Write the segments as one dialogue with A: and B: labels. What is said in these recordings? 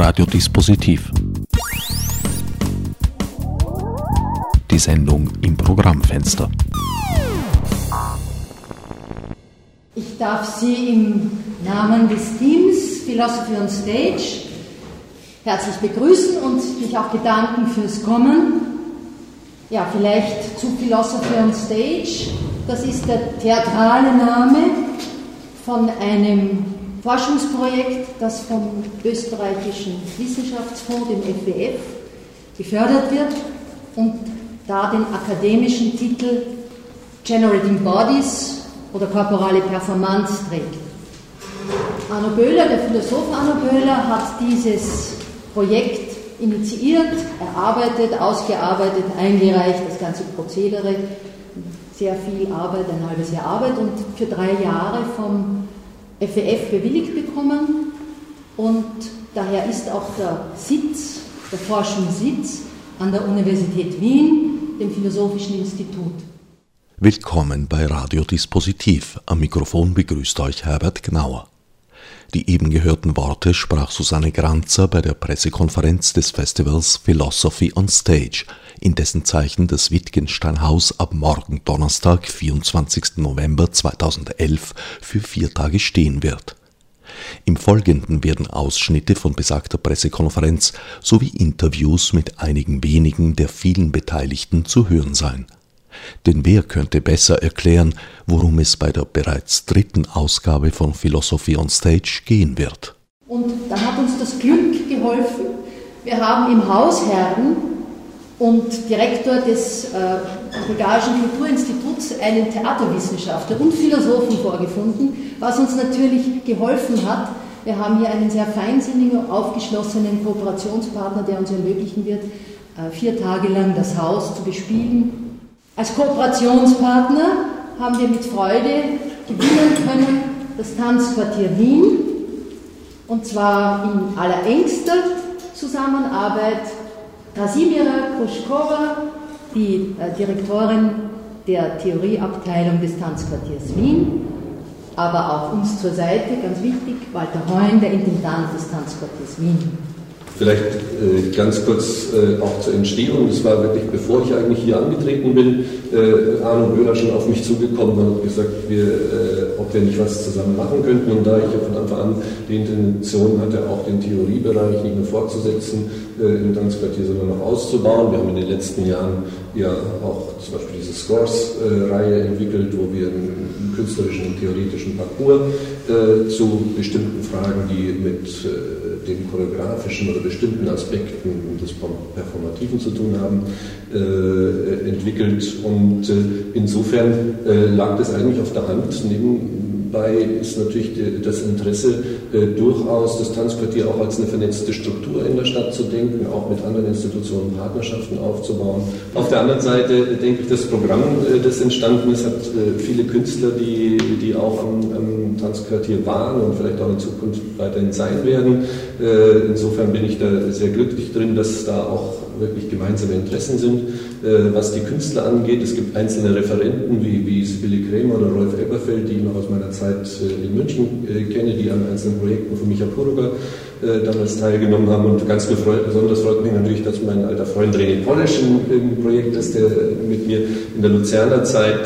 A: Radiodispositiv. Die Sendung im Programmfenster.
B: Ich darf Sie im Namen des Teams Philosophy on Stage herzlich begrüßen und mich auch bedanken fürs Kommen. Ja, vielleicht zu Philosophy on Stage. Das ist der theatrale Name von einem Forschungsprojekt, das vom österreichischen Wissenschaftsfonds, dem FWF, gefördert wird und da den akademischen Titel Generating Bodies oder korporale Performance trägt. Arno Böhler, der Philosoph Arno Böhler, hat dieses Projekt initiiert, erarbeitet, ausgearbeitet, eingereicht, das ganze Prozedere, sehr viel Arbeit, ein halbes Jahr Arbeit und für 3 Jahre vom FWF bewilligt bekommen und daher ist auch der Forschungssitz an der Universität Wien, dem Philosophischen Institut.
A: Willkommen bei Radiodispositiv. Am Mikrofon begrüßt euch Herbert Gnauer. Die eben gehörten Worte sprach Susanne Granzer bei der Pressekonferenz des Festivals Philosophy on Stage, in dessen Zeichen das Wittgenstein-Haus ab morgen Donnerstag, 24. November 2011 für 4 Tage stehen wird. Im Folgenden werden Ausschnitte von besagter Pressekonferenz sowie Interviews mit einigen wenigen der vielen Beteiligten zu hören sein. Denn wer könnte besser erklären, worum es bei der bereits 3. Ausgabe von Philosophy on Stage gehen wird?
B: Und da hat uns das Glück geholfen. Wir haben im Hausherrn und Direktor des Bulgarischen Kulturinstituts einen Theaterwissenschaftler und Philosophen vorgefunden, was uns natürlich geholfen hat. Wir haben hier einen sehr feinsinnigen, aufgeschlossenen Kooperationspartner, der uns ermöglichen wird, 4 Tage lang das Haus zu bespielen. Als Kooperationspartner haben wir mit Freude gewinnen können das Tanzquartier Wien, und zwar in allerengster Zusammenarbeit Krasimira Kruschkova, die Direktorin der Theorieabteilung des Tanzquartiers Wien, aber auch uns zur Seite, ganz wichtig, Walter Heun, der Intendant des Tanzquartiers Wien.
C: Vielleicht ganz kurz auch zur Entstehung. Das war wirklich, bevor ich eigentlich hier angetreten bin, Arno Böhler schon auf mich zugekommen und hat gesagt, ob wir nicht was zusammen machen könnten. Und da ich ja von Anfang an die Intention hatte, auch den Theoriebereich nicht nur fortzusetzen im Tanzquartier, sondern noch auszubauen. Wir haben in den letzten Jahren ja auch zum Beispiel diese Scores-Reihe entwickelt, wo wir einen künstlerischen und theoretischen Parcours zu bestimmten Fragen, die mit den choreografischen oder bestimmten Aspekten des Performativen zu tun haben, entwickelt. Und insofern lag das eigentlich auf der Hand. Nebenbei ist natürlich das Interesse durchaus, das Tanzquartier auch als eine vernetzte Struktur in der Stadt zu denken, auch mit anderen Institutionen Partnerschaften aufzubauen. Auf der anderen Seite denke ich, das Programm, das entstanden ist, hat viele Künstler, die auch am Tanzquartier waren und vielleicht auch in Zukunft weiterhin sein werden. Insofern bin ich da sehr glücklich drin, dass da auch wirklich gemeinsame Interessen sind, was die Künstler angeht. Es gibt einzelne Referenten wie Sibylle Krämer oder Rolf Elberfeld, die ich noch aus meiner Zeit in München kenne, die an einzelnen Projekten von Micha Puruga damals teilgenommen haben. Und ganz besonders freut mich natürlich, dass mein alter Freund René Polisch im Projekt ist, der mit mir in der Luzerner Zeit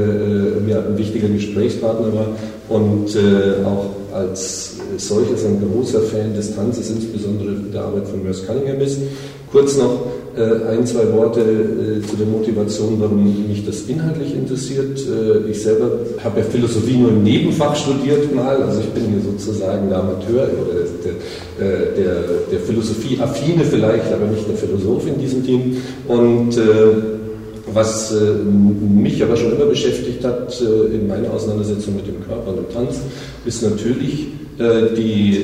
C: ein wichtiger Gesprächspartner war und auch als solches ein großer Fan des Tanzes, insbesondere der Arbeit von Merce Cunningham ist. Kurz noch 1, 2 Worte zu der Motivation, warum mich das inhaltlich interessiert. Ich selber habe ja Philosophie nur im Nebenfach studiert mal, also ich bin hier sozusagen der Amateur oder der Philosophie-Affine vielleicht, aber nicht der Philosoph in diesem Team. Und was mich aber schon immer beschäftigt hat in meiner Auseinandersetzung mit dem Körper und dem Tanz, ist natürlich die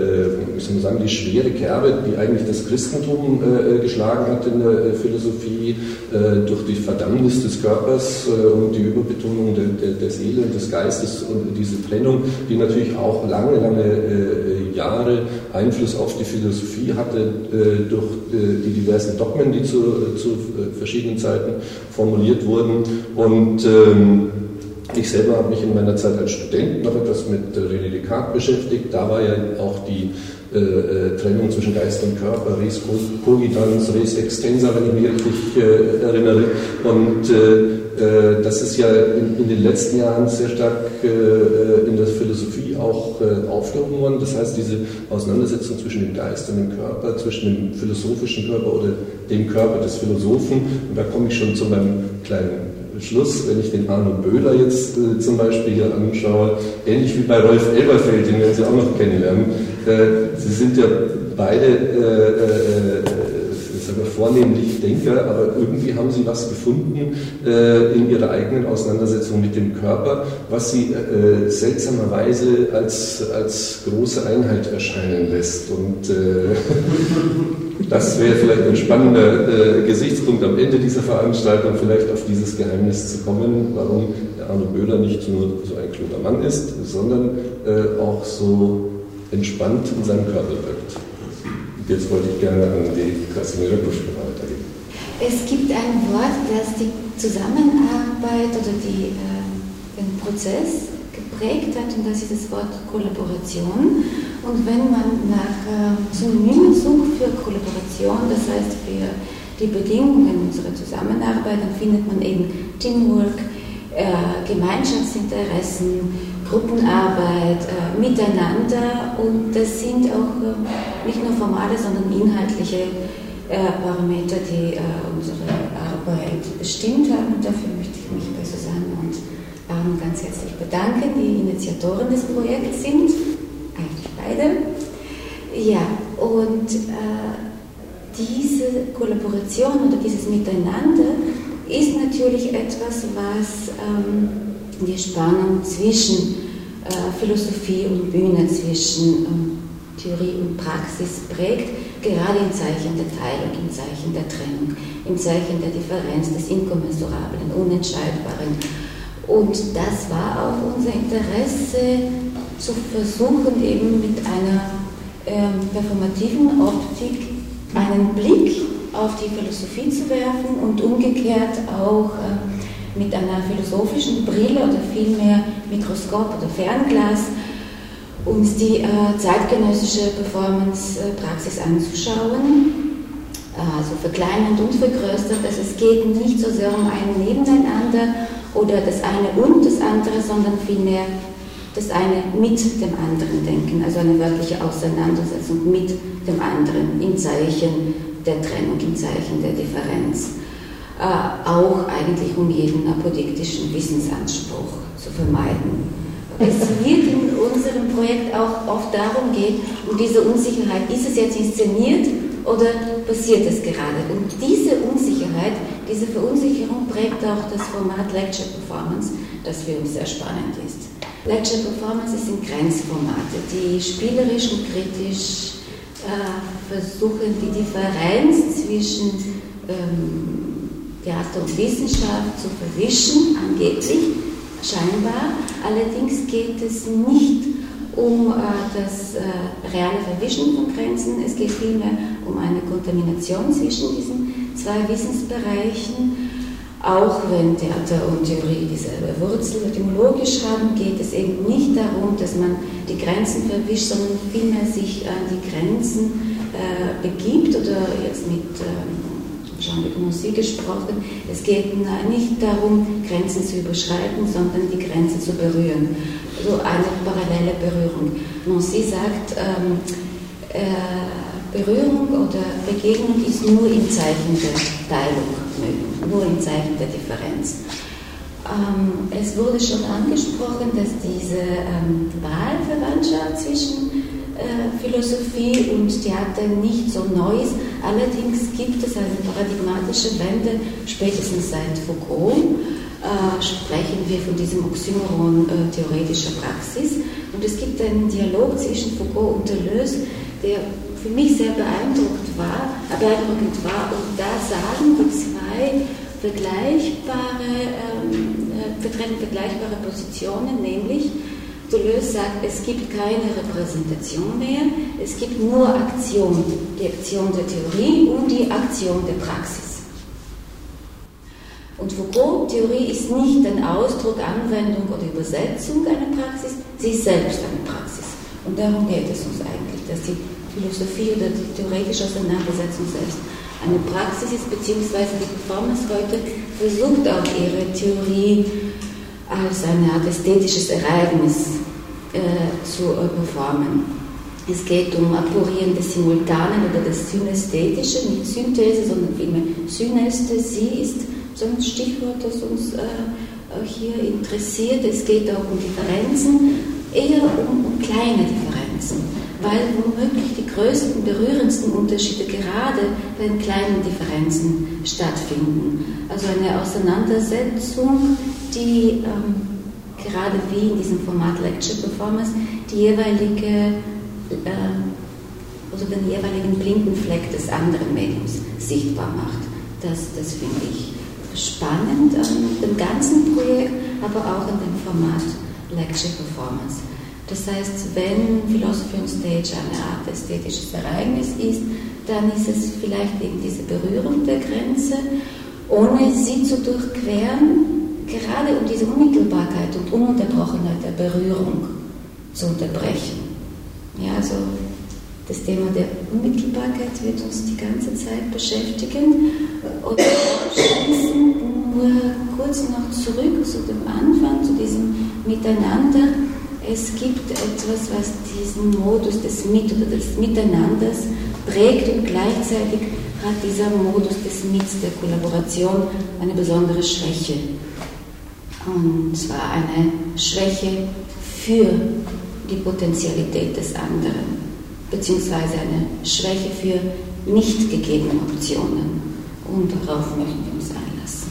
C: schwere Kerbe, die eigentlich das Christentum geschlagen hat in der Philosophie, durch die Verdammnis des Körpers und die Überbetonung der Seele und des Geistes und diese Trennung, die natürlich auch lange Jahre Einfluss auf die Philosophie hatte, durch die diversen Dogmen, die zu verschiedenen Zeiten formuliert wurden. Und ich selber habe mich in meiner Zeit als Student noch etwas mit René Descartes beschäftigt. Da war ja auch die Trennung zwischen Geist und Körper, Res cogitans, Res extensa, wenn ich mich richtig erinnere. Und das ist ja in den letzten Jahren sehr stark in der Philosophie auch aufgehoben worden. Das heißt, diese Auseinandersetzung zwischen dem Geist und dem Körper, zwischen dem philosophischen Körper oder dem Körper des Philosophen, und da komme ich schon zu meinem kleinen Schluss, wenn ich den Arno Böhler jetzt zum Beispiel hier anschaue, ähnlich wie bei Rolf Elberfeld, den werden Sie auch noch kennenlernen. Sie sind ja beide vornehmlich Denker, aber irgendwie haben Sie was gefunden in Ihrer eigenen Auseinandersetzung mit dem Körper, was Sie seltsamerweise als große Einheit erscheinen lässt. Und das wäre vielleicht ein spannender Gesichtspunkt am Ende dieser Veranstaltung, vielleicht auf dieses Geheimnis zu kommen, warum der Arno Böhler nicht nur so ein kluger Mann ist, sondern auch so entspannt in seinem Körper wirkt. Jetzt wollte ich gerne an die Krasimira Gruschka weitergeben.
D: Es gibt ein Wort, das die Zusammenarbeit oder den Prozess geprägt hat, und das ist das Wort Kollaboration. Und wenn man nach Synonymen sucht für Kollaboration, das heißt für die Bedingungen unserer Zusammenarbeit, dann findet man eben Teamwork, Gemeinschaftsinteressen, Gruppenarbeit, Miteinander, und das sind auch nicht nur formale, sondern inhaltliche Parameter, die unsere Arbeit bestimmt haben. Und dafür möchte ich mich bei Susanne und Arno ganz herzlich bedanken, die Initiatoren des Projekts sind, eigentlich beide. Ja, und diese Kollaboration oder dieses Miteinander ist natürlich etwas, was die Spannung zwischen Philosophie und Bühne, zwischen Theorie und Praxis prägt, gerade im Zeichen der Teilung, im Zeichen der Trennung, im Zeichen der Differenz, des Inkommensurablen, Unentscheidbaren. Und das war auch unser Interesse, zu versuchen, eben mit einer performativen Optik einen Blick auf die Philosophie zu werfen und umgekehrt auch mit einer philosophischen Brille oder vielmehr Mikroskop oder Fernglas uns die zeitgenössische Performance-Praxis anzuschauen, also verkleinernd und vergrößert. Also es geht nicht so sehr um ein Nebeneinander oder das eine und das andere, sondern vielmehr das eine mit dem anderen denken, also eine wörtliche Auseinandersetzung mit dem anderen im Zeichen der Trennung, im Zeichen der Differenz. Auch eigentlich um jeden apodiktischen Wissensanspruch zu vermeiden. Es wird in unserem Projekt auch oft darum gehen, um diese Unsicherheit, ist es jetzt inszeniert oder passiert es gerade? Und diese Unsicherheit, diese Verunsicherung prägt auch das Format Lecture Performance, das für uns sehr spannend ist. Lecture Performance sind Grenzformate, die spielerisch und kritisch versuchen, die Differenz zwischen Theater und Wissenschaft zu verwischen, angeblich, scheinbar. Allerdings geht es nicht um das reale Verwischen von Grenzen, es geht vielmehr um eine Kontamination zwischen diesen zwei Wissensbereichen. Auch wenn Theater und Theorie dieselbe Wurzel etymologisch haben, geht es eben nicht darum, dass man die Grenzen verwischt, sondern vielmehr sich an die Grenzen begibt, oder jetzt mit Jean-Luc Nancy gesprochen, es geht nicht darum, Grenzen zu überschreiten, sondern die Grenze zu berühren. So eine parallele Berührung. Nancy sagt, Berührung oder Begegnung ist nur im Zeichen der Teilung möglich, nur im Zeichen der Differenz. Es wurde schon angesprochen, dass diese Wahlverwandtschaft zwischen Philosophie und Theater nicht so neu ist. Allerdings gibt es eine paradigmatische Wende, spätestens seit Foucault sprechen wir von diesem Oxymoron theoretischer Praxis. Und es gibt einen Dialog zwischen Foucault und Deleuze, der für mich sehr beeindruckend war. Und da sagen die zwei vertreten vergleichbare Positionen, nämlich Deleuze sagt, es gibt keine Repräsentation mehr, es gibt nur Aktion, die Aktion der Theorie und die Aktion der Praxis. Und Foucault, Theorie ist nicht ein Ausdruck, Anwendung oder Übersetzung einer Praxis, sie ist selbst eine Praxis. Und darum geht es uns eigentlich, dass die Philosophie oder die theoretische Auseinandersetzung selbst eine Praxis ist, beziehungsweise die Performance heute versucht auch ihre Theorie als eine Art ästhetisches Ereignis zu performen. Es geht um Aporieren des Simultanen oder das Synästhetische, nicht Synthese, sondern vielmehr Synästhesie ist so ein Stichwort, das uns hier interessiert. Es geht auch um Differenzen, eher um kleine Differenzen, weil womöglich die größten, berührendsten Unterschiede gerade bei den kleinen Differenzen stattfinden. Also eine Auseinandersetzung, die gerade wie in diesem Format Lecture Performance die jeweilige also den jeweiligen blinden Fleck des anderen Mediums sichtbar macht. Das finde ich spannend an dem ganzen Projekt, aber auch an dem Format Lecture Performance. Das heißt, wenn Philosophy on Stage eine Art ästhetisches Ereignis ist, dann ist es vielleicht eben diese Berührung der Grenze, ohne sie zu durchqueren, gerade um diese Unmittelbarkeit und Ununterbrochenheit der Berührung zu unterbrechen. Ja, also das Thema der Unmittelbarkeit wird uns die ganze Zeit beschäftigen. Und abschließend nur kurz noch zurück zu dem Anfang, zu diesem Miteinander. Es gibt etwas, was diesen Modus des oder des Miteinanders prägt, und gleichzeitig hat dieser Modus des der Kollaboration eine besondere Schwäche. Und zwar eine Schwäche für die Potentialität des anderen, beziehungsweise eine Schwäche für nicht gegebene Optionen. Und darauf möchten wir uns einlassen.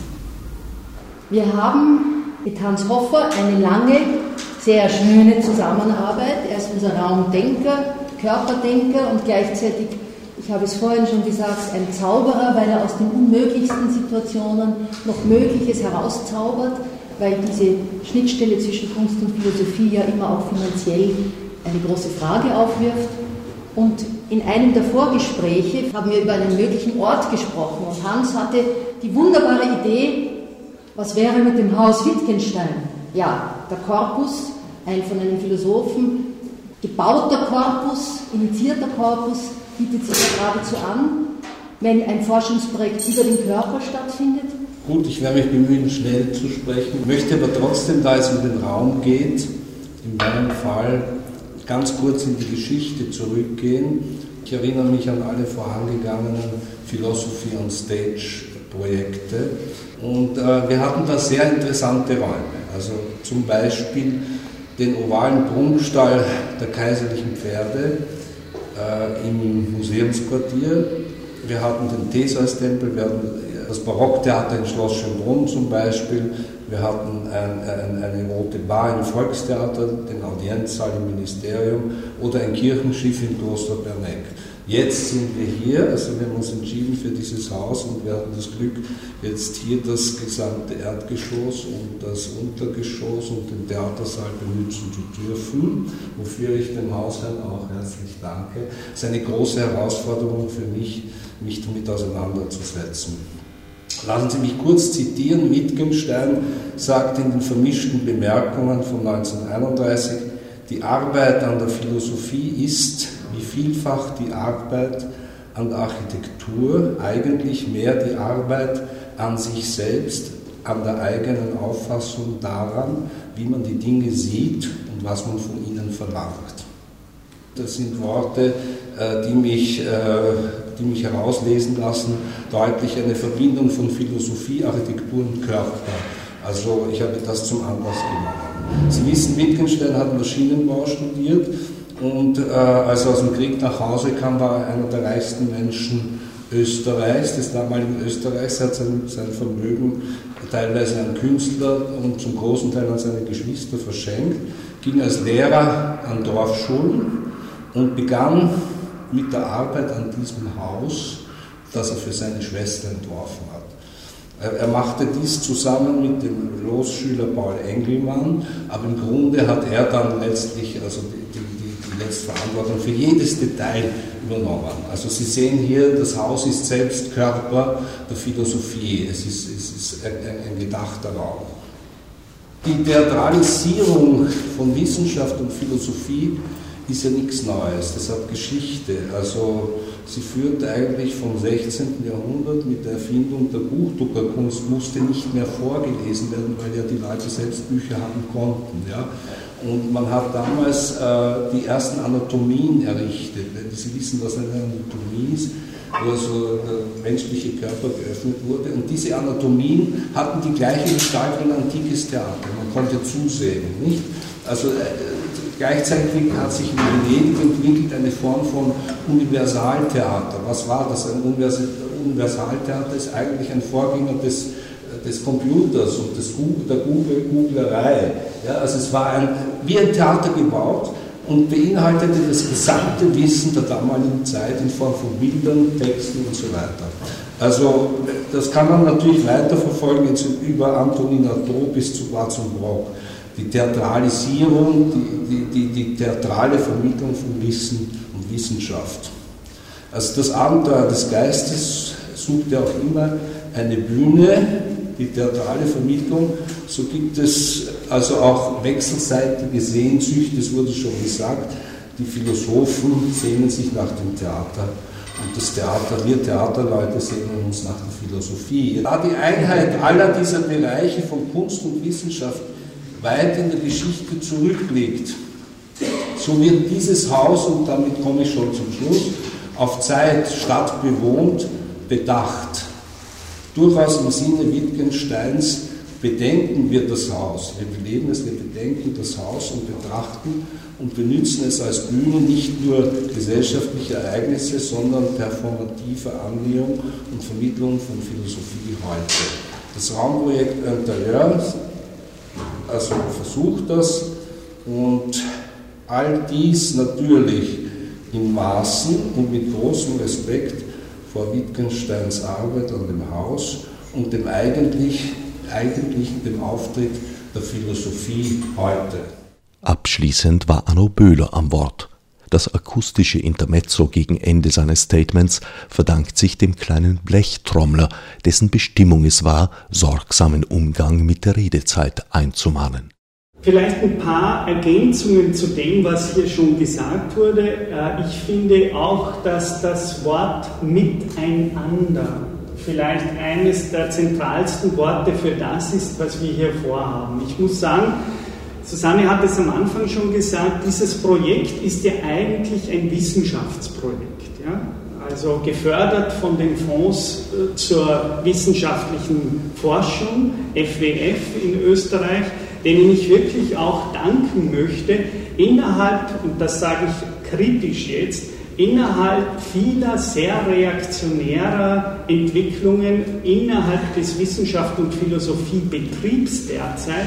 B: Wir haben mit Hans Hoffer eine lange, sehr schöne Zusammenarbeit. Er ist unser Raumdenker, Körperdenker und gleichzeitig, ich habe es vorhin schon gesagt, ein Zauberer, weil er aus den unmöglichsten Situationen noch Mögliches herauszaubert, weil diese Schnittstelle zwischen Kunst und Philosophie ja immer auch finanziell eine große Frage aufwirft. Und in einem der Vorgespräche haben wir über einen möglichen Ort gesprochen und Hans hatte die wunderbare Idee, was wäre mit dem Haus Wittgenstein? Ja, der Korpus, ein von einem Philosophen gebauter Korpus, initiierter Korpus, bietet sich ja geradezu an, wenn ein Forschungsprojekt über den Körper stattfindet.
E: Gut, ich werde mich bemühen, schnell zu sprechen. Ich möchte aber trotzdem, da es um den Raum geht, in meinem Fall ganz kurz in die Geschichte zurückgehen. Ich erinnere mich an alle vorangegangenen Philosophy on Stage Projekte und wir hatten da sehr interessante Räume. Also zum Beispiel den ovalen Prunkstall der Kaiserlichen Pferde im Museumsquartier. Wir hatten den Theseus-Tempel, wir hatten das Barocktheater in Schloss Schönbrunn zum Beispiel, wir hatten eine rote Bar im Volkstheater, den Audienzsaal im Ministerium oder ein Kirchenschiff im Kloster Bernegg. Jetzt sind wir hier, also wir haben uns entschieden für dieses Haus und wir hatten das Glück, jetzt hier das gesamte Erdgeschoss und das Untergeschoss und den Theatersaal benutzen zu dürfen, wofür ich dem Hausherrn auch herzlich danke. Es ist eine große Herausforderung für mich, mich damit auseinanderzusetzen. Lassen Sie mich kurz zitieren. Wittgenstein sagt in den vermischten Bemerkungen von 1931, die Arbeit an der Philosophie ist, wie vielfach die Arbeit an der Architektur, eigentlich mehr die Arbeit an sich selbst, an der eigenen Auffassung daran, wie man die Dinge sieht und was man von ihnen verlangt. Das sind Worte, die mich herauslesen lassen, deutlich eine Verbindung von Philosophie, Architektur und Körper. Also ich habe das zum Anlass genommen. Sie wissen, Wittgenstein hat Maschinenbau studiert und als er aus dem Krieg nach Hause kam, war er einer der reichsten Menschen Österreichs, des damaligen Österreichs. Er hat sein Vermögen teilweise an Künstler und zum großen Teil an seine Geschwister verschenkt, ging als Lehrer an Dorfschulen und begann mit der Arbeit an diesem Haus, das er für seine Schwester entworfen hat. Er machte dies zusammen mit dem Losschüler Paul Engelmann, aber im Grunde hat er dann letztlich also die letzte Verantwortung für jedes Detail übernommen. Also Sie sehen hier, das Haus ist selbst Körper der Philosophie, es ist ein gedachter Raum. Die Theatralisierung von Wissenschaft und Philosophie ist ja nichts Neues, das hat Geschichte. Also sie führt eigentlich vom 16. Jahrhundert mit der Erfindung der Buchdruckerkunst, musste nicht mehr vorgelesen werden, weil ja die Leute selbst Bücher haben konnten. Ja? Und man hat damals die ersten Anatomien errichtet. Sie wissen, was eine Anatomie ist, wo also der menschliche Körper geöffnet wurde. Und diese Anatomien hatten die gleiche Gestalt wie ein antikes Theater. Man konnte zusehen. Nicht? Also gleichzeitig hat sich in Venedig entwickelt eine Form von Universaltheater. Was war das? Ein Universaltheater ist eigentlich ein Vorgänger des Computers und der Googlerei. Ja, also es war wie ein Theater gebaut und beinhaltete das gesamte Wissen der damaligen Zeit in Form von Bildern, Texten und so weiter. Also das kann man natürlich weiterverfolgen, jetzt über Antonin Artaud bis zu Watson Brock. Die Theatralisierung, die theatrale Vermittlung von Wissen und Wissenschaft. Also das Abenteuer des Geistes sucht ja auch immer eine Bühne, die theatrale Vermittlung. So gibt es also auch wechselseitige Sehnsüchte, es wurde schon gesagt, die Philosophen sehnen sich nach dem Theater und wir Theaterleute sehnen uns nach der Philosophie. Da die Einheit aller dieser Bereiche von Kunst und Wissenschaft weit in der Geschichte zurückliegt, so wird dieses Haus, und damit komme ich schon zum Schluss, auf Zeit stadtbewohnt, bedacht. Durchaus im Sinne Wittgensteins bedenken wir das Haus. Wir beleben es, wir bedenken das Haus und betrachten und benutzen es als Bühne nicht nur gesellschaftlicher Ereignisse, sondern performative Annäherung und Vermittlung von Philosophie heute. Das Raumprojekt Intérieur also versucht das und all dies natürlich in Maßen und mit großem Respekt vor Wittgensteins Arbeit an dem Haus und dem eigentlichen dem Auftritt der Philosophie heute.
A: Abschließend war Arno Böhler am Wort. Das akustische Intermezzo gegen Ende seines Statements verdankt sich dem kleinen Blechtrommler, dessen Bestimmung es war, sorgsamen Umgang mit der Redezeit einzumahnen.
F: Vielleicht ein paar Ergänzungen zu dem, was hier schon gesagt wurde. Ich finde auch, dass das Wort Miteinander vielleicht eines der zentralsten Worte für das ist, was wir hier vorhaben. Ich muss sagen, Susanne hat es am Anfang schon gesagt, dieses Projekt ist ja eigentlich ein Wissenschaftsprojekt. Ja? Also gefördert von den Fonds zur wissenschaftlichen Forschung, FWF in Österreich, denen ich wirklich auch danken möchte, innerhalb, und das sage ich kritisch jetzt, innerhalb vieler sehr reaktionärer Entwicklungen innerhalb des Wissenschaft- und Philosophiebetriebs derzeit,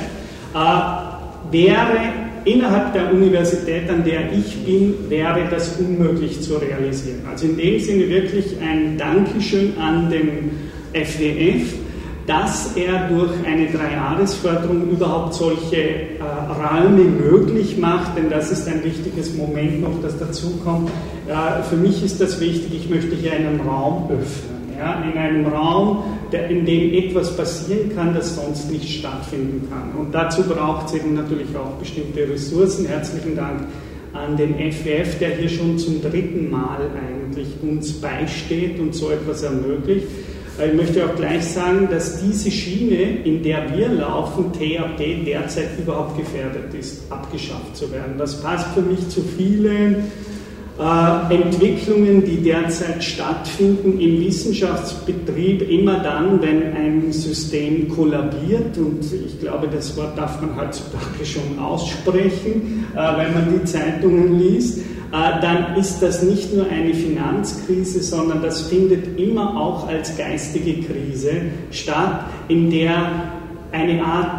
F: wäre innerhalb der Universität, an der ich bin, wäre das unmöglich zu realisieren. Also in dem Sinne wirklich ein Dankeschön an den FWF, dass er durch eine 3-Jahres-Förderung überhaupt solche Räume möglich macht, denn das ist ein wichtiges Moment noch, das dazukommt. Für mich ist das wichtig, ich möchte hier einen Raum öffnen. Ja, in einem Raum, in dem etwas passieren kann, das sonst nicht stattfinden kann. Und dazu braucht es eben natürlich auch bestimmte Ressourcen. Herzlichen Dank an den FWF, der hier schon zum 3. Mal eigentlich uns beisteht und so etwas ermöglicht. Ich möchte auch gleich sagen, dass diese Schiene, in der wir laufen, TAP, derzeit überhaupt gefährdet ist, abgeschafft zu werden. Das passt für mich zu vielen Entwicklungen, die derzeit stattfinden im Wissenschaftsbetrieb, immer dann, wenn ein System kollabiert, und ich glaube, das Wort darf man heutzutage schon aussprechen, wenn man die Zeitungen liest, dann ist das nicht nur eine Finanzkrise, sondern das findet immer auch als geistige Krise statt, in der eine Art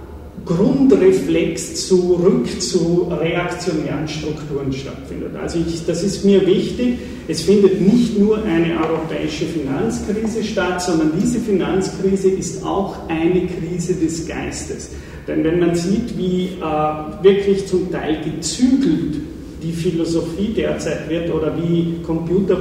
F: Grundreflex zurück zu reaktionären Strukturen stattfindet. Also das ist mir wichtig, es findet nicht nur eine europäische Finanzkrise statt, sondern diese Finanzkrise ist auch eine Krise des Geistes. Denn wenn man sieht, wie wirklich zum Teil gezügelt die Philosophie derzeit wird oder wie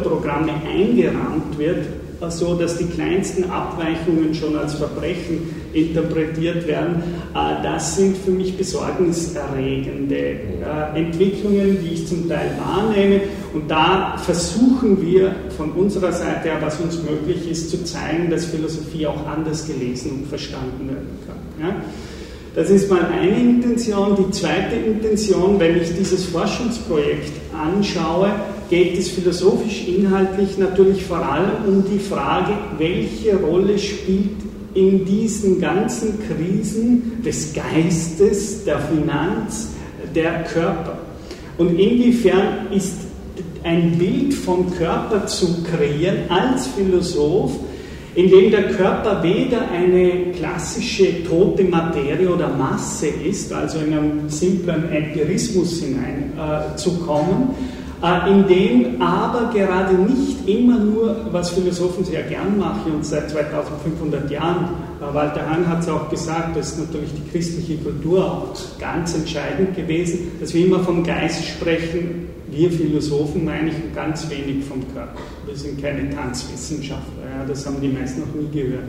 F: Computerprogramme eingerahmt wird, so dass die kleinsten Abweichungen schon als Verbrechen interpretiert werden. Das sind für mich besorgniserregende Entwicklungen, die ich zum Teil wahrnehme. Und da versuchen wir von unserer Seite, was uns möglich ist, zu zeigen, dass Philosophie auch anders gelesen und verstanden werden kann. Ja? Das ist mal eine Intention. Die zweite Intention, wenn ich dieses Forschungsprojekt anschaue, geht es philosophisch-inhaltlich natürlich vor allem um die Frage, welche Rolle spielt in diesen ganzen Krisen des Geistes, der Finanz, der Körper. Und inwiefern ist ein Bild vom Körper zu kreieren als Philosoph, in dem der Körper weder eine klassische tote Materie oder Masse ist, also in einen simplen Empirismus hineinzukommen, in dem aber gerade nicht immer nur, was Philosophen sehr gern machen und seit 2500 Jahren, Walter Hahn hat es auch gesagt, das ist natürlich die christliche Kultur auch ganz entscheidend gewesen, dass wir immer vom Geist sprechen, wir Philosophen meine ich, und ganz wenig vom Körper. Wir sind keine Tanzwissenschaftler, ja, das haben die meisten noch nie gehört.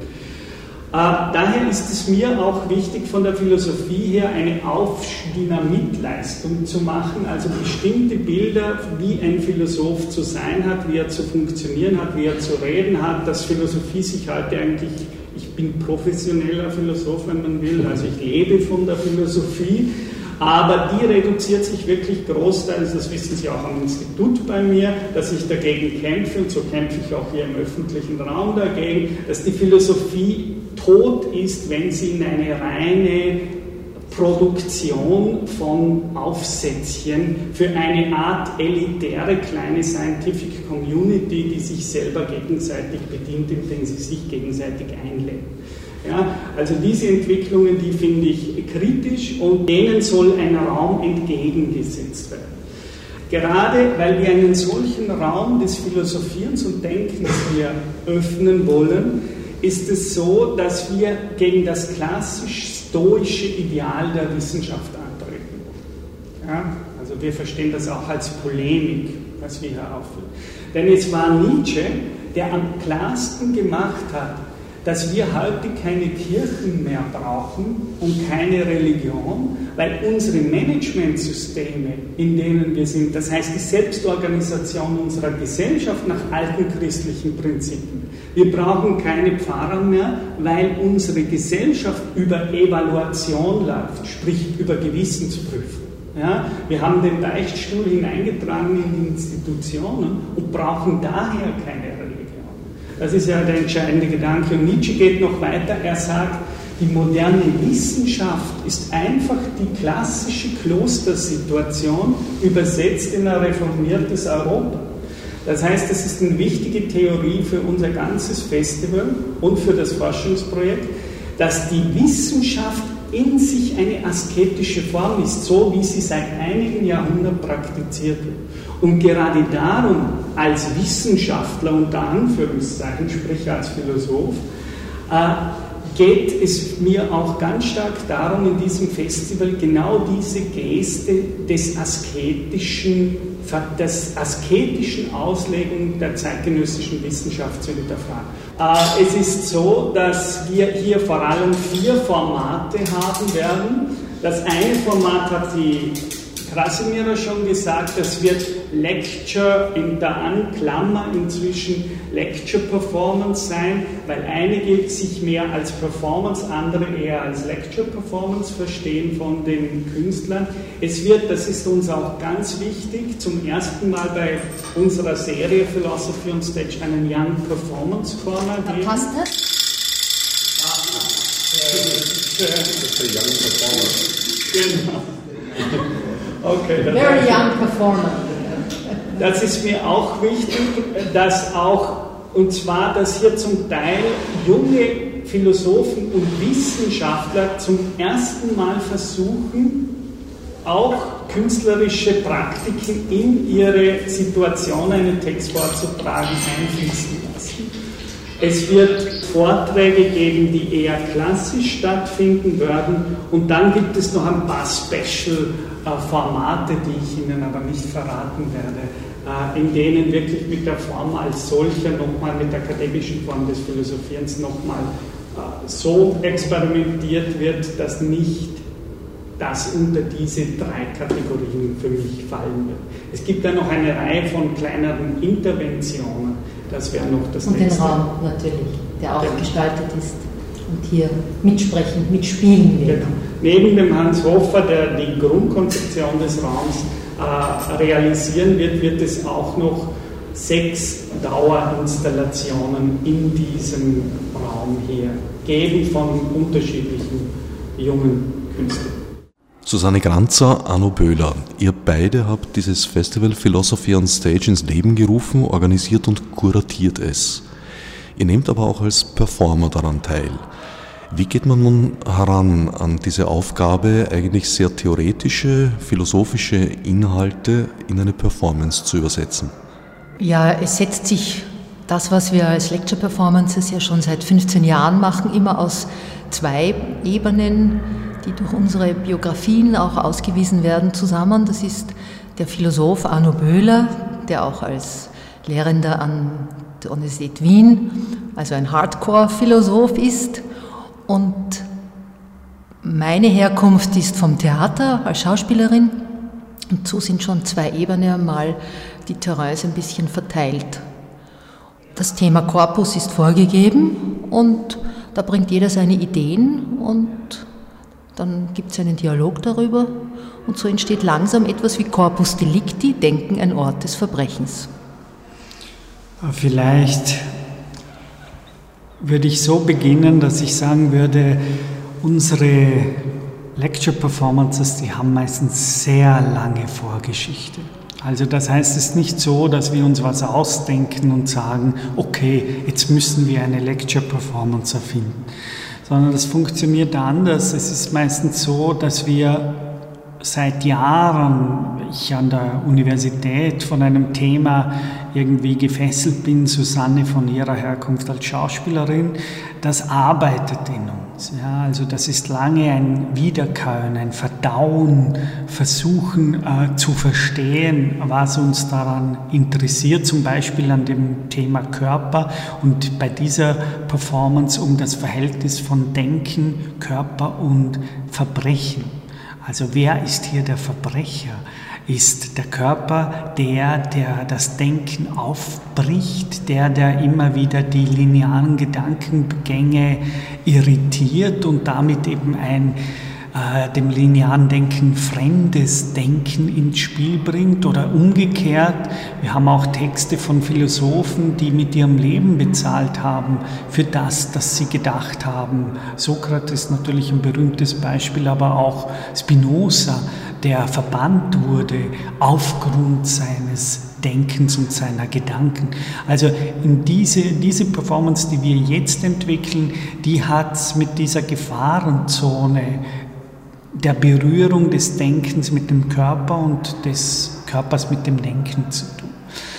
F: Daher ist es mir auch wichtig, von der Philosophie her eine Aufdynamitleistung zu machen, also bestimmte Bilder, wie ein Philosoph zu sein hat, wie er zu funktionieren hat, wie er zu reden hat, dass Philosophie sich heute eigentlich, ich bin professioneller Philosoph, wenn man will, also ich lebe von der Philosophie, aber die reduziert sich wirklich großteils, das wissen Sie auch am Institut bei mir, dass ich dagegen kämpfe, und so kämpfe ich auch hier im öffentlichen Raum dagegen, dass die Philosophie tot ist, wenn sie in eine reine Produktion von Aufsätzchen für eine Art elitäre kleine Scientific Community, die sich selber gegenseitig bedient, indem sie sich gegenseitig einlädt. Ja, also diese Entwicklungen, die finde ich kritisch und denen soll ein Raum entgegengesetzt werden. Gerade weil wir einen solchen Raum des Philosophierens und Denkens hier öffnen wollen, ist es so, dass wir gegen das klassisch-stoische Ideal der Wissenschaft antreten wollen. Ja, also wir verstehen das auch als Polemik, was wir hier aufführen. Denn es war Nietzsche, der am klarsten gemacht hat, dass wir heute keine Kirchen mehr brauchen und keine Religion, weil unsere Managementsysteme, in denen wir sind, das heißt die Selbstorganisation unserer Gesellschaft nach alten christlichen Prinzipien, wir brauchen keine Pfarrer mehr, weil unsere Gesellschaft über Evaluation läuft, sprich über Gewissensprüfung. Ja, wir haben den Beichtstuhl hineingetragen in die Institutionen und brauchen daher keine Religion. Das ist ja der entscheidende Gedanke. Und Nietzsche geht noch weiter. Er sagt, die moderne Wissenschaft ist einfach die klassische Klostersituation übersetzt in ein reformiertes Europa. Das heißt, es ist eine wichtige Theorie für unser ganzes Festival und für das Forschungsprojekt, dass die Wissenschaft in sich eine asketische Form ist, so wie sie seit einigen Jahrhunderten praktiziert wird. Und gerade darum, als Wissenschaftler unter Anführungszeichen, sprich als Philosoph, geht es mir auch ganz stark darum, in diesem Festival genau diese Geste des asketischen Auslegung der zeitgenössischen Wissenschaft zu hinterfragen. Es ist so, dass wir hier vor allem 4 Formate haben werden. Das eine Format hat die Krasimira schon gesagt, das wird Lecture in der Anklammer inzwischen Lecture Performance sein, weil einige sich mehr als Performance, andere eher als Lecture Performance verstehen von den Künstlern. Es wird, das ist uns auch ganz wichtig, zum ersten Mal bei unserer Serie Philosophy on Stage einen Young Performance Corner geben.
B: Passt das?
C: Das ist der Young Performer.
F: Genau. Okay,
B: Very young performer.
F: Das ist mir auch wichtig, dass auch, und zwar, dass hier zum Teil junge Philosophen und Wissenschaftler zum ersten Mal versuchen, auch künstlerische Praktiken in ihre Situation, einen Text vorzutragen, einfließen lassen. Es wird Vorträge geben, die eher klassisch stattfinden werden, und dann gibt es noch ein paar Special-Formate, die ich Ihnen aber nicht verraten werde, in denen wirklich mit der Form als solcher nochmal, mit der akademischen Form des Philosophierens nochmal so experimentiert wird, dass nicht das unter diese 3 Kategorien für mich fallen wird. Es gibt dann noch eine Reihe von kleineren Interventionen. Das wäre noch das
B: und
F: Letzte.
B: Und den Raum natürlich, der auch gestaltet ist und hier mitsprechen, mitspielen wird.
F: Genau. Neben dem Hans Hoffer, der die Grundkonzeption des Raums realisieren wird, wird es auch noch 6 Dauerinstallationen in diesem Raum hier geben von unterschiedlichen jungen Künstlern.
A: Susanne Granzer, Arno Böhler, ihr beide habt dieses Festival Philosophy on Stage ins Leben gerufen, organisiert und kuratiert es. Ihr nehmt aber auch als Performer daran teil. Wie geht man nun heran an diese Aufgabe, eigentlich sehr theoretische, philosophische Inhalte in eine Performance zu übersetzen?
B: Ja, es setzt sich das, was wir als Lecture Performances ja schon seit 15 Jahren machen, immer aus 2 Ebenen, die durch unsere Biografien auch ausgewiesen werden, zusammen. Das ist der Philosoph Arno Böhler, der auch als Lehrender an der Universität Wien, also ein Hardcore-Philosoph ist. Und meine Herkunft ist vom Theater als Schauspielerin. Und so sind schon 2 Ebenen mal die Terrains ein bisschen verteilt. Das Thema Korpus ist vorgegeben und da bringt jeder seine Ideen und dann gibt es einen Dialog darüber und so entsteht langsam etwas wie Corpus Delicti, Denken, ein Ort des Verbrechens.
F: Vielleicht würde ich so beginnen, dass ich sagen würde, unsere Lecture-Performances, die haben meistens sehr lange Vorgeschichte. Also das heißt, es ist nicht so, dass wir uns was ausdenken und sagen, okay, jetzt müssen wir eine Lecture-Performance erfinden, sondern das funktioniert anders. Es ist meistens so, dass wir seit Jahren, ich an der Universität von einem Thema irgendwie gefesselt bin, Susanne von ihrer Herkunft als Schauspielerin, das arbeitet in uns. Ja, also das ist lange ein Wiederkäuen, ein Verdauen, Versuchen zu verstehen, was uns daran interessiert, zum Beispiel an dem Thema Körper und bei dieser Performance um das Verhältnis von Denken, Körper und Verbrechen. Also wer ist hier der Verbrecher? Ist der Körper der das Denken aufbricht, der immer wieder die linearen Gedankengänge irritiert und damit eben ein dem linearen Denken fremdes Denken ins Spiel bringt oder umgekehrt. Wir haben auch Texte von Philosophen, die mit ihrem Leben bezahlt haben für das sie gedacht haben. Sokrates natürlich ein berühmtes Beispiel, aber auch Spinoza, der verbannt wurde aufgrund seines Denkens und seiner Gedanken. Also in diese Performance, die wir jetzt entwickeln, die hat mit dieser Gefahrenzone der Berührung des Denkens mit dem Körper und des Körpers mit dem Denken zu tun.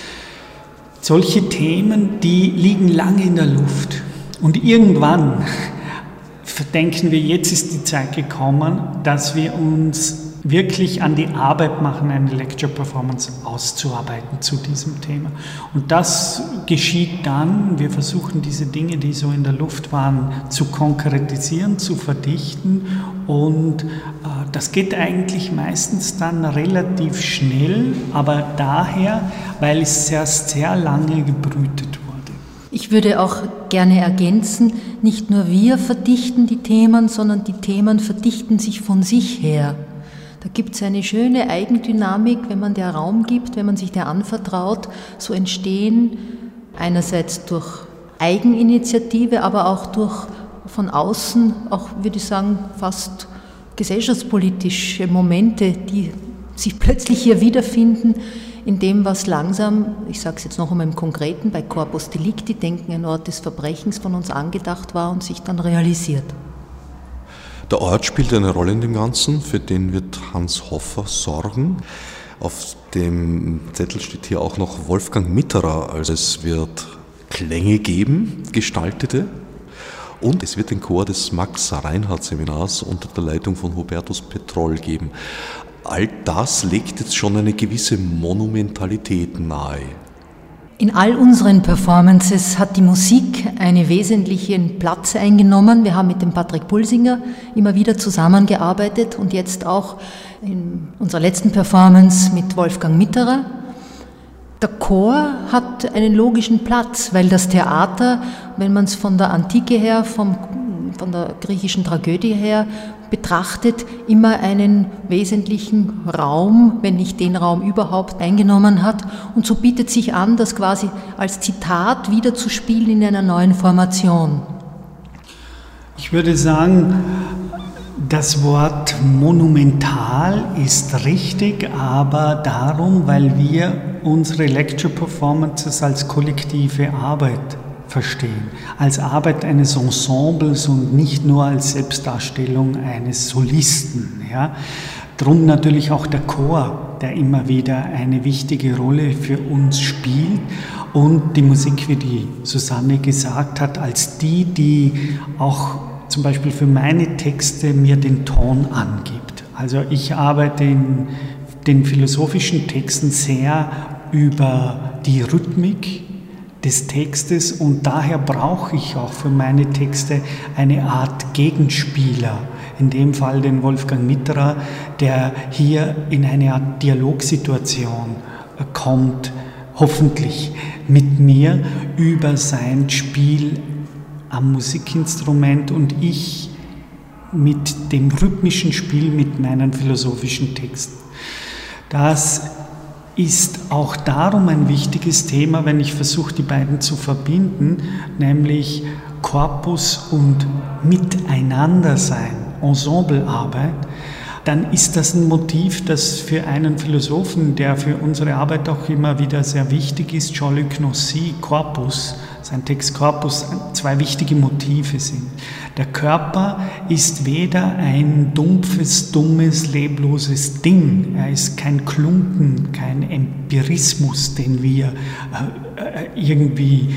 F: Solche Themen, die liegen lange in der Luft und irgendwann denken wir, jetzt ist die Zeit gekommen, dass wir uns wirklich an die Arbeit machen, eine Lecture-Performance auszuarbeiten zu diesem Thema. Und das geschieht dann, wir versuchen diese Dinge, die so in der Luft waren, zu konkretisieren, zu verdichten und das geht eigentlich meistens dann relativ schnell, aber daher, weil es erst sehr lange gebrütet wurde.
B: Ich würde auch gerne ergänzen, nicht nur wir verdichten die Themen, sondern die Themen verdichten sich von sich her. Da gibt es eine schöne Eigendynamik, wenn man der Raum gibt, wenn man sich der anvertraut, so entstehen einerseits durch Eigeninitiative, aber auch durch von außen, auch würde ich sagen, fast gesellschaftspolitische Momente, die sich plötzlich hier wiederfinden, in dem, was langsam, ich sage es jetzt noch einmal im Konkreten, bei Corpus Delicti, Denken, ein Ort des Verbrechens, von uns angedacht war und sich dann realisiert.
A: Der Ort spielt eine Rolle in dem Ganzen, für den wird Hans Hoffer sorgen. Auf dem Zettel steht hier auch noch Wolfgang Mitterer, also es wird Klänge geben, gestaltete. Und es wird den Chor des Max-Reinhardt-Seminars unter der Leitung von Hubertus Petroll geben. All das legt jetzt schon eine gewisse Monumentalität nahe.
B: In all unseren Performances hat die Musik einen wesentlichen Platz eingenommen. Wir haben mit dem Patrick Pulsinger immer wieder zusammengearbeitet und jetzt auch in unserer letzten Performance mit Wolfgang Mitterer. Der Chor hat einen logischen Platz, weil das Theater, wenn man es von der Antike her, von der griechischen Tragödie her betrachtet, immer einen wesentlichen Raum, wenn nicht den Raum überhaupt, eingenommen hat. Und so bietet sich an, das quasi als Zitat wiederzuspielen in einer neuen Formation.
F: Ich würde sagen, das Wort monumental ist richtig, aber darum, weil wir unsere Lecture Performances als kollektive Arbeit verstehen, als Arbeit eines Ensembles und nicht nur als Selbstdarstellung eines Solisten. Ja. Drum natürlich auch der Chor, der immer wieder eine wichtige Rolle für uns spielt und die Musik, wie die Susanne gesagt hat, als die auch zum Beispiel für meine Texte mir den Ton angibt. Also ich arbeite in den philosophischen Texten sehr über die Rhythmik des Textes und daher brauche ich auch für meine Texte eine Art Gegenspieler, in dem Fall den Wolfgang Mitterer, der hier in eine Art Dialogsituation kommt, hoffentlich mit mir über sein Spiel am Musikinstrument und ich mit dem rhythmischen Spiel mit meinen philosophischen Texten. Das ist auch darum ein wichtiges Thema, wenn ich versuche, die beiden zu verbinden, nämlich Korpus und Miteinandersein, Ensemblearbeit. Dann ist das ein Motiv, das für einen Philosophen, der für unsere Arbeit auch immer wieder sehr wichtig ist, Jean-Luc Nancy, Korpus, sein Text Korpus, zwei wichtige Motive sind. Der Körper ist weder ein dumpfes, dummes, lebloses Ding. Er ist kein Klumpen, kein Empirismus, den wir irgendwie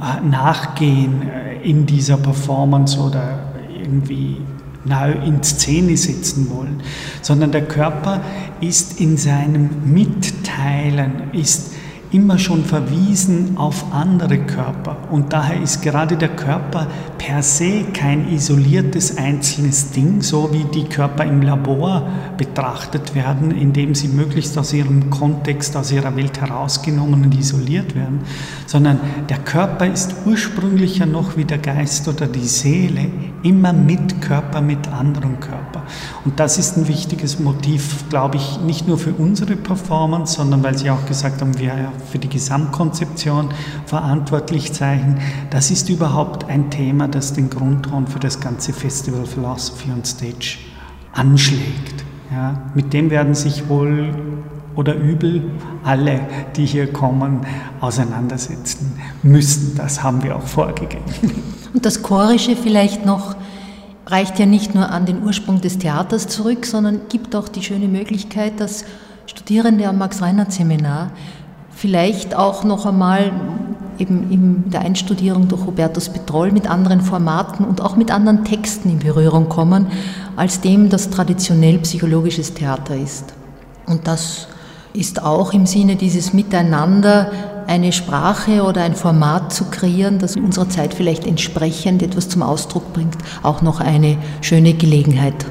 F: nachgehen in dieser Performance oder irgendwie nahe in Szene setzen wollen, sondern der Körper ist in seinem Mitteilen, ist immer schon verwiesen auf andere Körper und daher ist gerade der Körper per se kein isoliertes einzelnes Ding, so wie die Körper im Labor betrachtet werden, indem sie möglichst aus ihrem Kontext, aus ihrer Welt herausgenommen und isoliert werden, sondern der Körper ist ursprünglich ja noch wie der Geist oder die Seele, immer mit Körper, mit anderen Körper. Und das ist ein wichtiges Motiv, glaube ich, nicht nur für unsere Performance, sondern weil Sie auch gesagt haben, wir ja für die Gesamtkonzeption verantwortlich zeichnen. Das ist überhaupt ein Thema, das den Grundton für das ganze Festival Philosophy on Stage anschlägt. Ja, mit dem werden sich wohl oder übel alle, die hier kommen, auseinandersetzen müssen. Das haben wir auch vorgegeben.
B: Und das Chorische vielleicht noch reicht ja nicht nur an den Ursprung des Theaters zurück, sondern gibt auch die schöne Möglichkeit, dass Studierende am Max-Reinhardt-Seminar vielleicht auch noch einmal eben in der Einstudierung durch Hubertus Petroll mit anderen Formaten und auch mit anderen Texten in Berührung kommen, als dem das traditionell psychologisches Theater ist. Und das ist auch im Sinne dieses Miteinander eine Sprache oder ein Format zu kreieren, das in unserer Zeit vielleicht entsprechend etwas zum Ausdruck bringt, auch noch eine schöne Gelegenheit.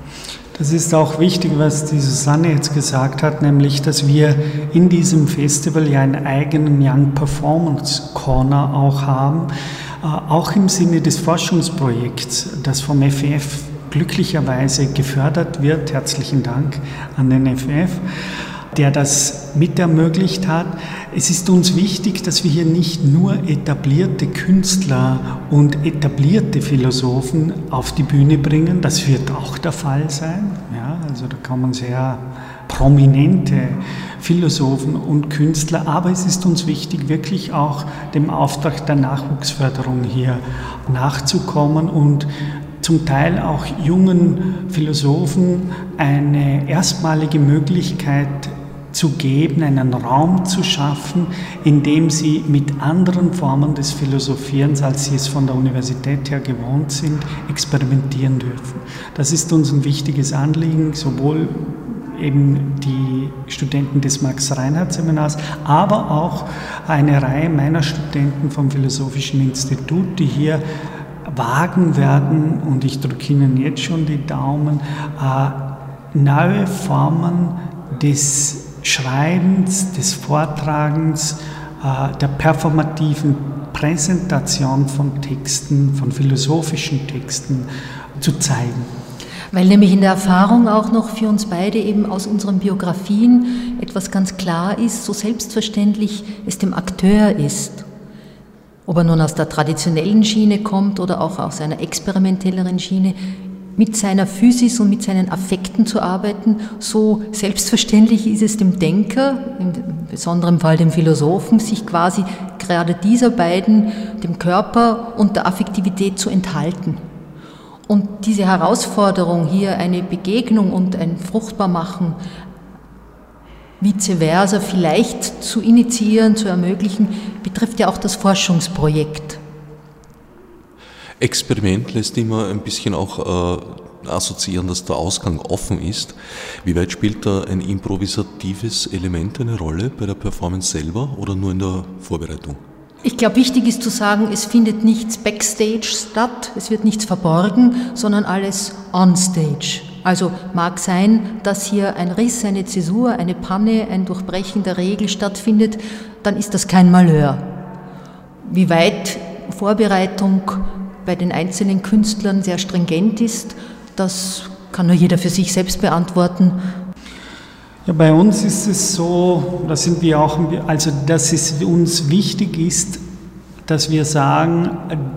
F: Das ist auch wichtig, was die Susanne jetzt gesagt hat, nämlich, dass wir in diesem Festival ja einen eigenen Young Performance Corner auch haben, auch im Sinne des Forschungsprojekts, das vom FF glücklicherweise gefördert wird. Herzlichen Dank an den FF, der das mit ermöglicht hat. Es ist uns wichtig, dass wir hier nicht nur etablierte Künstler und etablierte Philosophen auf die Bühne bringen, das wird auch der Fall sein. Ja, also da kommen sehr prominente Philosophen und Künstler, aber es ist uns wichtig, wirklich auch dem Auftrag der Nachwuchsförderung hier nachzukommen und zum Teil auch jungen Philosophen eine erstmalige Möglichkeit zu geben, einen Raum zu schaffen, in dem sie mit anderen Formen des Philosophierens, als sie es von der Universität her gewohnt sind, experimentieren dürfen. Das ist uns ein wichtiges Anliegen, sowohl eben die Studenten des Max-Reinhardt-Seminars, aber auch eine Reihe meiner Studenten vom Philosophischen Institut, die hier wagen werden, und ich drücke Ihnen jetzt schon die Daumen, neue Formen des Schreibens, des Vortragens, der performativen Präsentation von Texten, von philosophischen Texten zu zeigen.
B: Weil nämlich in der Erfahrung auch noch für uns beide eben aus unseren Biografien etwas ganz klar ist, so selbstverständlich es dem Akteur ist, ob er nun aus der traditionellen Schiene kommt oder auch aus einer experimentelleren Schiene, mit seiner Physis und mit seinen Affekten zu arbeiten, so selbstverständlich ist es dem Denker, im besonderen Fall dem Philosophen, sich quasi gerade dieser beiden, dem Körper und der Affektivität zu enthalten. Und diese Herausforderung, hier eine Begegnung und ein Fruchtbarmachen, vice versa vielleicht zu initiieren, zu ermöglichen, betrifft ja auch das Forschungsprojekt.
A: Experiment lässt immer ein bisschen auch assoziieren, dass der Ausgang offen ist. Wie weit spielt da ein improvisatives Element eine Rolle bei der Performance selber oder nur in der Vorbereitung?
B: Ich glaube, wichtig ist zu sagen, es findet nichts Backstage statt, es wird nichts verborgen, sondern alles onstage. Also mag sein, dass hier ein Riss, eine Zäsur, eine Panne, ein Durchbrechen der Regel stattfindet, dann ist das kein Malheur. Wie weit Vorbereitung bei den einzelnen Künstlern sehr stringent ist, das kann nur jeder für sich selbst beantworten.
F: Ja, bei uns ist es so, da sind wir auch, also dass es uns wichtig ist, dass wir sagen,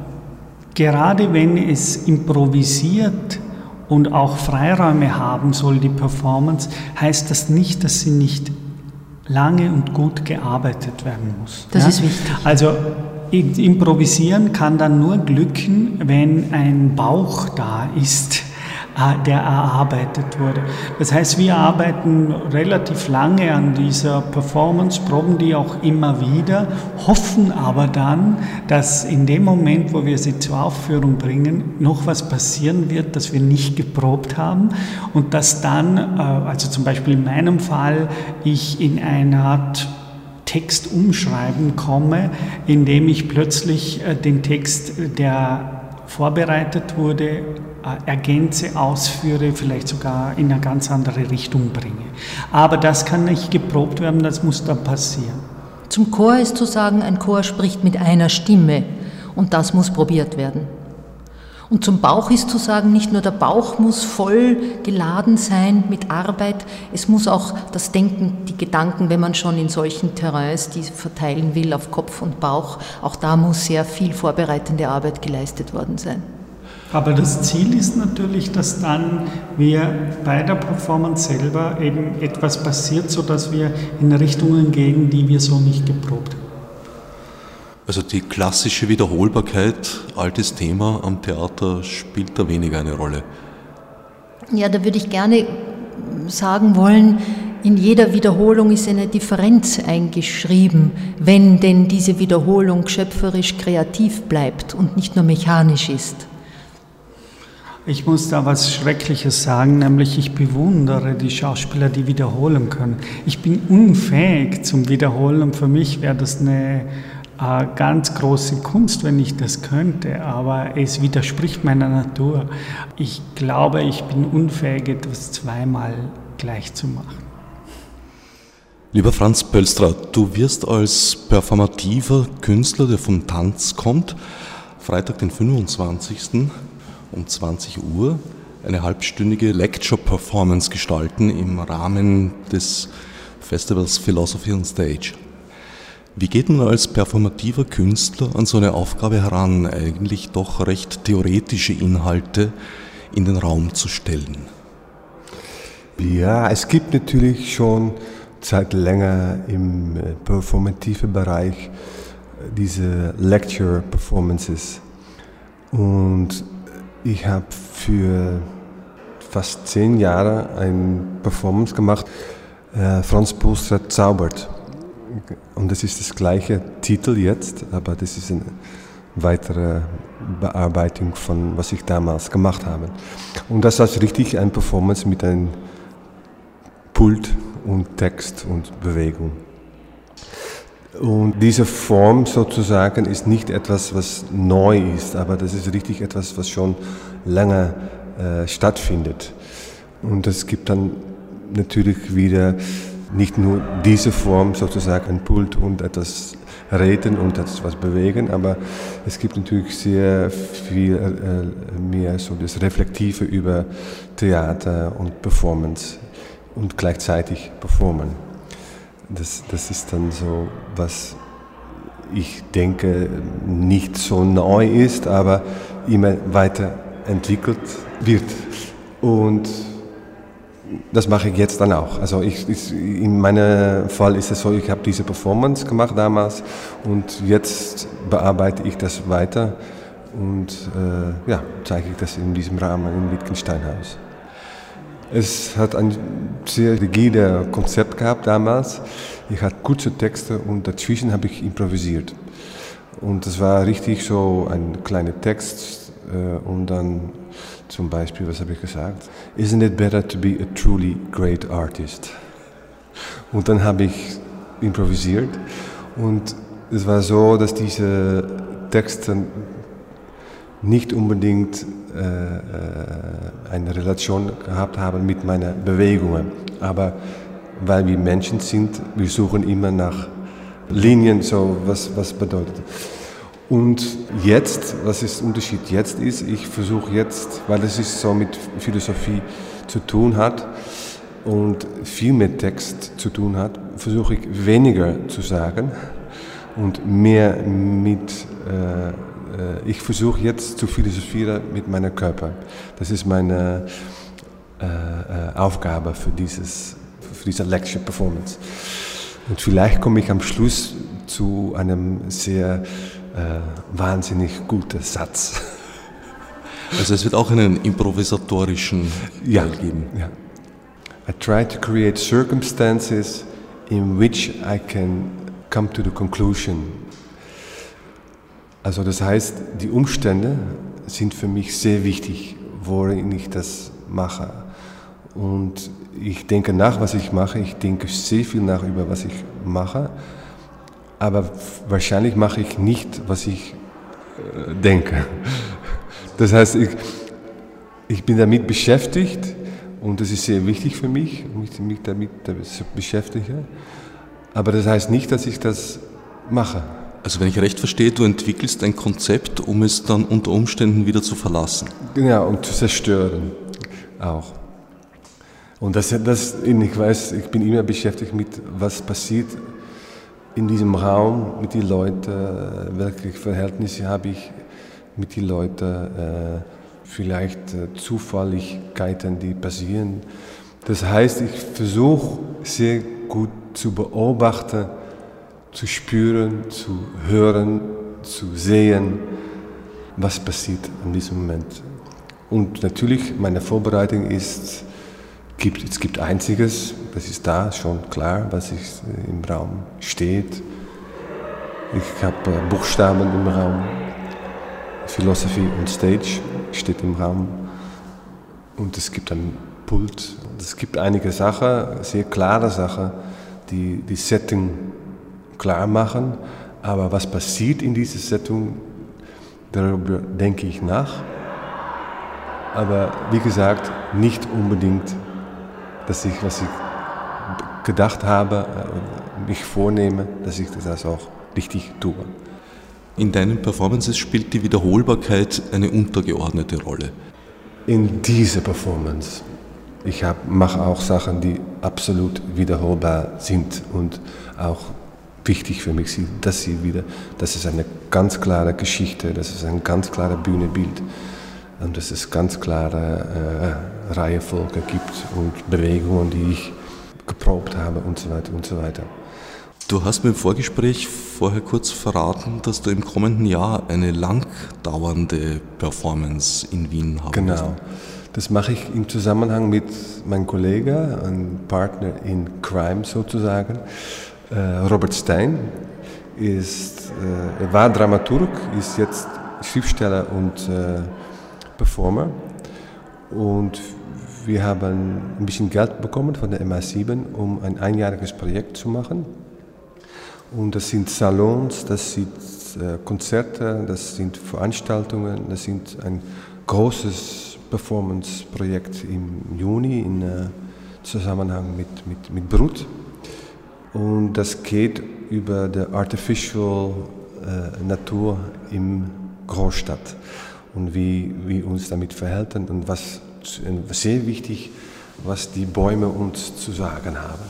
F: gerade wenn es improvisiert und auch Freiräume haben soll, die Performance, heißt das nicht, dass sie nicht lange und gut gearbeitet werden muss.
B: Das ist wichtig.
F: Also improvisieren kann dann nur glücken, wenn ein Bauch da ist, der erarbeitet wurde. Das heißt, wir arbeiten relativ lange an dieser Performance, proben die auch immer wieder, hoffen aber dann, dass in dem Moment, wo wir sie zur Aufführung bringen, noch was passieren wird, das wir nicht geprobt haben und dass dann, also zum Beispiel in meinem Fall, ich in eine Art Text umschreiben komme, indem ich plötzlich den Text, der vorbereitet wurde, ergänze, ausführe, vielleicht sogar in eine ganz andere Richtung bringe. Aber das kann nicht geprobt werden, das muss dann passieren.
B: Zum Chor ist zu sagen, ein Chor spricht mit einer Stimme und das muss probiert werden. Und zum Bauch ist zu sagen, nicht nur der Bauch muss voll geladen sein mit Arbeit, es muss auch das Denken, die Gedanken, wenn man schon in solchen Terrains die verteilen will auf Kopf und Bauch, auch da muss sehr viel vorbereitende Arbeit geleistet worden sein.
F: Aber das Ziel ist natürlich, dass dann wir bei der Performance selber eben etwas passiert, sodass wir in Richtungen gehen, die wir so nicht geprobt haben.
A: Also die klassische Wiederholbarkeit, altes Thema am Theater, spielt da weniger eine Rolle.
B: Ja, da würde ich gerne sagen wollen, in jeder Wiederholung ist eine Differenz eingeschrieben, wenn denn diese Wiederholung schöpferisch kreativ bleibt und nicht nur mechanisch ist.
F: Ich muss da was Schreckliches sagen, nämlich ich bewundere die Schauspieler, die wiederholen können. Ich bin unfähig zum Wiederholen und für mich wäre das eine ganz große Kunst, wenn ich das könnte, aber es widerspricht meiner Natur. Ich glaube, ich bin unfähig, etwas zweimal gleich zu machen.
A: Lieber Franz Pölstra, du wirst als performativer Künstler, der vom Tanz kommt, Freitag, den 25. um 20 Uhr eine halbstündige Lecture-Performance gestalten im Rahmen des Festivals Philosophy on Stage. Wie geht man als performativer Künstler an so eine Aufgabe heran, eigentlich doch recht theoretische Inhalte in den Raum zu stellen?
G: Ja, es gibt natürlich schon seit länger im performativen Bereich diese Lecture-Performances. Und ich habe für fast 10 Jahre eine Performance gemacht, Franz Pölstra zaubert. Und das ist das gleiche Titel jetzt, aber das ist eine weitere Bearbeitung von was ich damals gemacht habe. Und das war richtig eine Performance mit einem Pult und Text und Bewegung. Und diese Form sozusagen ist nicht etwas, was neu ist, aber das ist richtig etwas, was schon lange stattfindet. Und es gibt dann natürlich wieder nicht nur diese Form, sozusagen ein Pult und etwas reden und etwas bewegen, aber es gibt natürlich sehr viel mehr so das Reflektive über Theater und Performance und gleichzeitig performen. Das ist dann so, was ich denke nicht so neu ist, aber immer weiterentwickelt wird. Und das mache ich jetzt dann auch. Also in meinem Fall ist es so, ich habe diese Performance gemacht damals und jetzt bearbeite ich das weiter und zeige ich das in diesem Rahmen im Wittgensteinhaus. Es hat ein sehr rigides Konzept gehabt damals. Ich hatte kurze Texte und dazwischen habe ich improvisiert. Und das war richtig so ein kleiner Text und dann zum Beispiel, was habe ich gesagt? Isn't it better to be a truly great artist? Und dann habe ich improvisiert und es war so, dass diese Texte nicht unbedingt eine Relation gehabt haben mit meinen Bewegungen. Aber weil wir Menschen sind, wir suchen immer nach Linien, so was bedeutet. Und jetzt, was ist der Unterschied jetzt ist, ich versuche jetzt, weil es ist so mit Philosophie zu tun hat und viel mit Text zu tun hat, versuche ich weniger zu sagen und mehr mit ich versuche jetzt zu philosophieren mit meinem Körper. Das ist meine Aufgabe für diese Lecture Performance. Und vielleicht komme ich am Schluss zu einem sehr wahnsinnig guten Satz.
A: Also es wird auch einen improvisatorischen Teil geben.
G: Ja. I try to create circumstances in which I can come to the conclusion. Also das heißt, die Umstände sind für mich sehr wichtig, worin ich das mache. Und ich denke nach, was ich mache. Ich denke sehr viel nach über, was ich mache. Aber wahrscheinlich mache ich nicht, was ich denke. Das heißt, ich bin damit beschäftigt und das ist sehr wichtig für mich, mich damit zu beschäftigen. Aber das heißt nicht, dass ich das mache.
A: Also wenn ich recht verstehe, du entwickelst ein Konzept, um es dann unter Umständen wieder zu verlassen.
G: Genau, und zu zerstören auch. Und ich weiß, ich bin immer beschäftigt mit, was passiert in diesem Raum mit den Leuten, welche Verhältnisse habe ich mit den Leuten, vielleicht Zufälligkeiten, die passieren. Das heißt, ich versuche sehr gut zu beobachten, zu spüren, zu hören, zu sehen, was passiert in diesem Moment. Und natürlich, meine Vorbereitung es gibt Einziges, das ist da schon klar, was im Raum steht. Ich habe Buchstaben im Raum, Philosophy und Stage steht im Raum und es gibt ein Pult. Es gibt einige Sachen, sehr klare Sachen, die Setting klar machen, aber was passiert in dieser Setting, darüber denke ich nach. Aber wie gesagt, nicht unbedingt, dass ich, was ich gedacht habe, mich vornehme, dass ich das auch richtig tue.
A: In deinen Performances spielt die Wiederholbarkeit eine untergeordnete Rolle.
G: In dieser Performance. Ich mache auch Sachen, die absolut wiederholbar sind und auch wichtig für mich sind, dass es eine ganz klare Geschichte, dass es ein ganz klares Bühnenbild und dass es ganz klare Reihenfolge gibt und Bewegungen, die ich geprobt habe und so weiter und so weiter.
A: Du hast mir im Vorgespräch vorher kurz verraten, dass du im kommenden Jahr eine lang dauernde Performance in Wien haben wirst.
G: Genau. Das mache ich im Zusammenhang mit meinem Kollegen, einem Partner in Crime sozusagen. Robert Stein er war Dramaturg, ist jetzt Schriftsteller und Performer. Und wir haben ein bisschen Geld bekommen von der MA7, um ein einjähriges Projekt zu machen. Und das sind Salons, das sind Konzerte, das sind Veranstaltungen, das sind ein großes Performance-Projekt im Juni in Zusammenhang mit Brut. Und das geht über die Artificial Natur im Großstadt und wie wir uns damit verhalten und was sehr wichtig, was die Bäume uns zu sagen haben.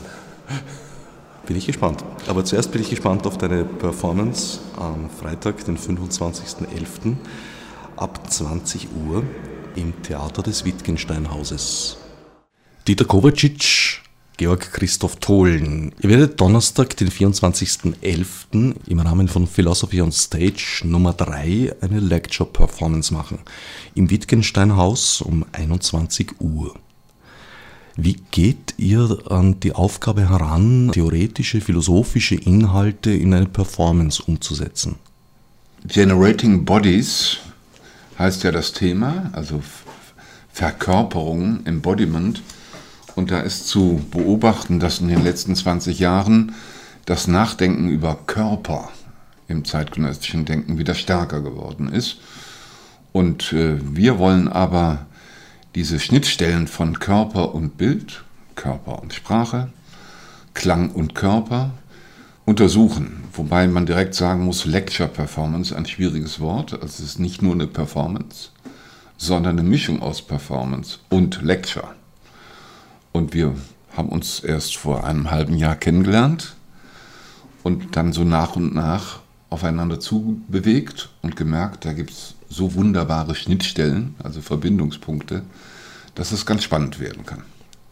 A: Bin ich gespannt. Aber zuerst bin ich gespannt auf deine Performance am Freitag, den 25.11. ab 20 Uhr im Theater des Wittgenstein-Hauses. Dieter Kovacic, Georg Christoph Tholen. Ihr werdet Donnerstag, den 24.11. im Rahmen von Philosophy on Stage Nummer 3 eine Lecture-Performance machen. Im Wittgenstein-Haus um 21 Uhr. Wie geht ihr an die Aufgabe heran, theoretische, philosophische Inhalte in eine Performance umzusetzen?
H: Generating Bodies heißt ja das Thema, also Verkörperung, Embodiment. Und da ist zu beobachten, dass in den letzten 20 Jahren das Nachdenken über Körper im zeitgenössischen Denken wieder stärker geworden ist. Und wir wollen aber diese Schnittstellen von Körper und Bild, Körper und Sprache, Klang und Körper untersuchen. Wobei man direkt sagen muss, Lecture-Performance, ein schwieriges Wort. Also es ist nicht nur eine Performance, sondern eine Mischung aus Performance und Lecture. Und wir haben uns erst vor einem halben Jahr kennengelernt und dann so nach und nach aufeinander zubewegt und gemerkt, da gibt es so wunderbare Schnittstellen, also Verbindungspunkte, dass es ganz spannend werden kann.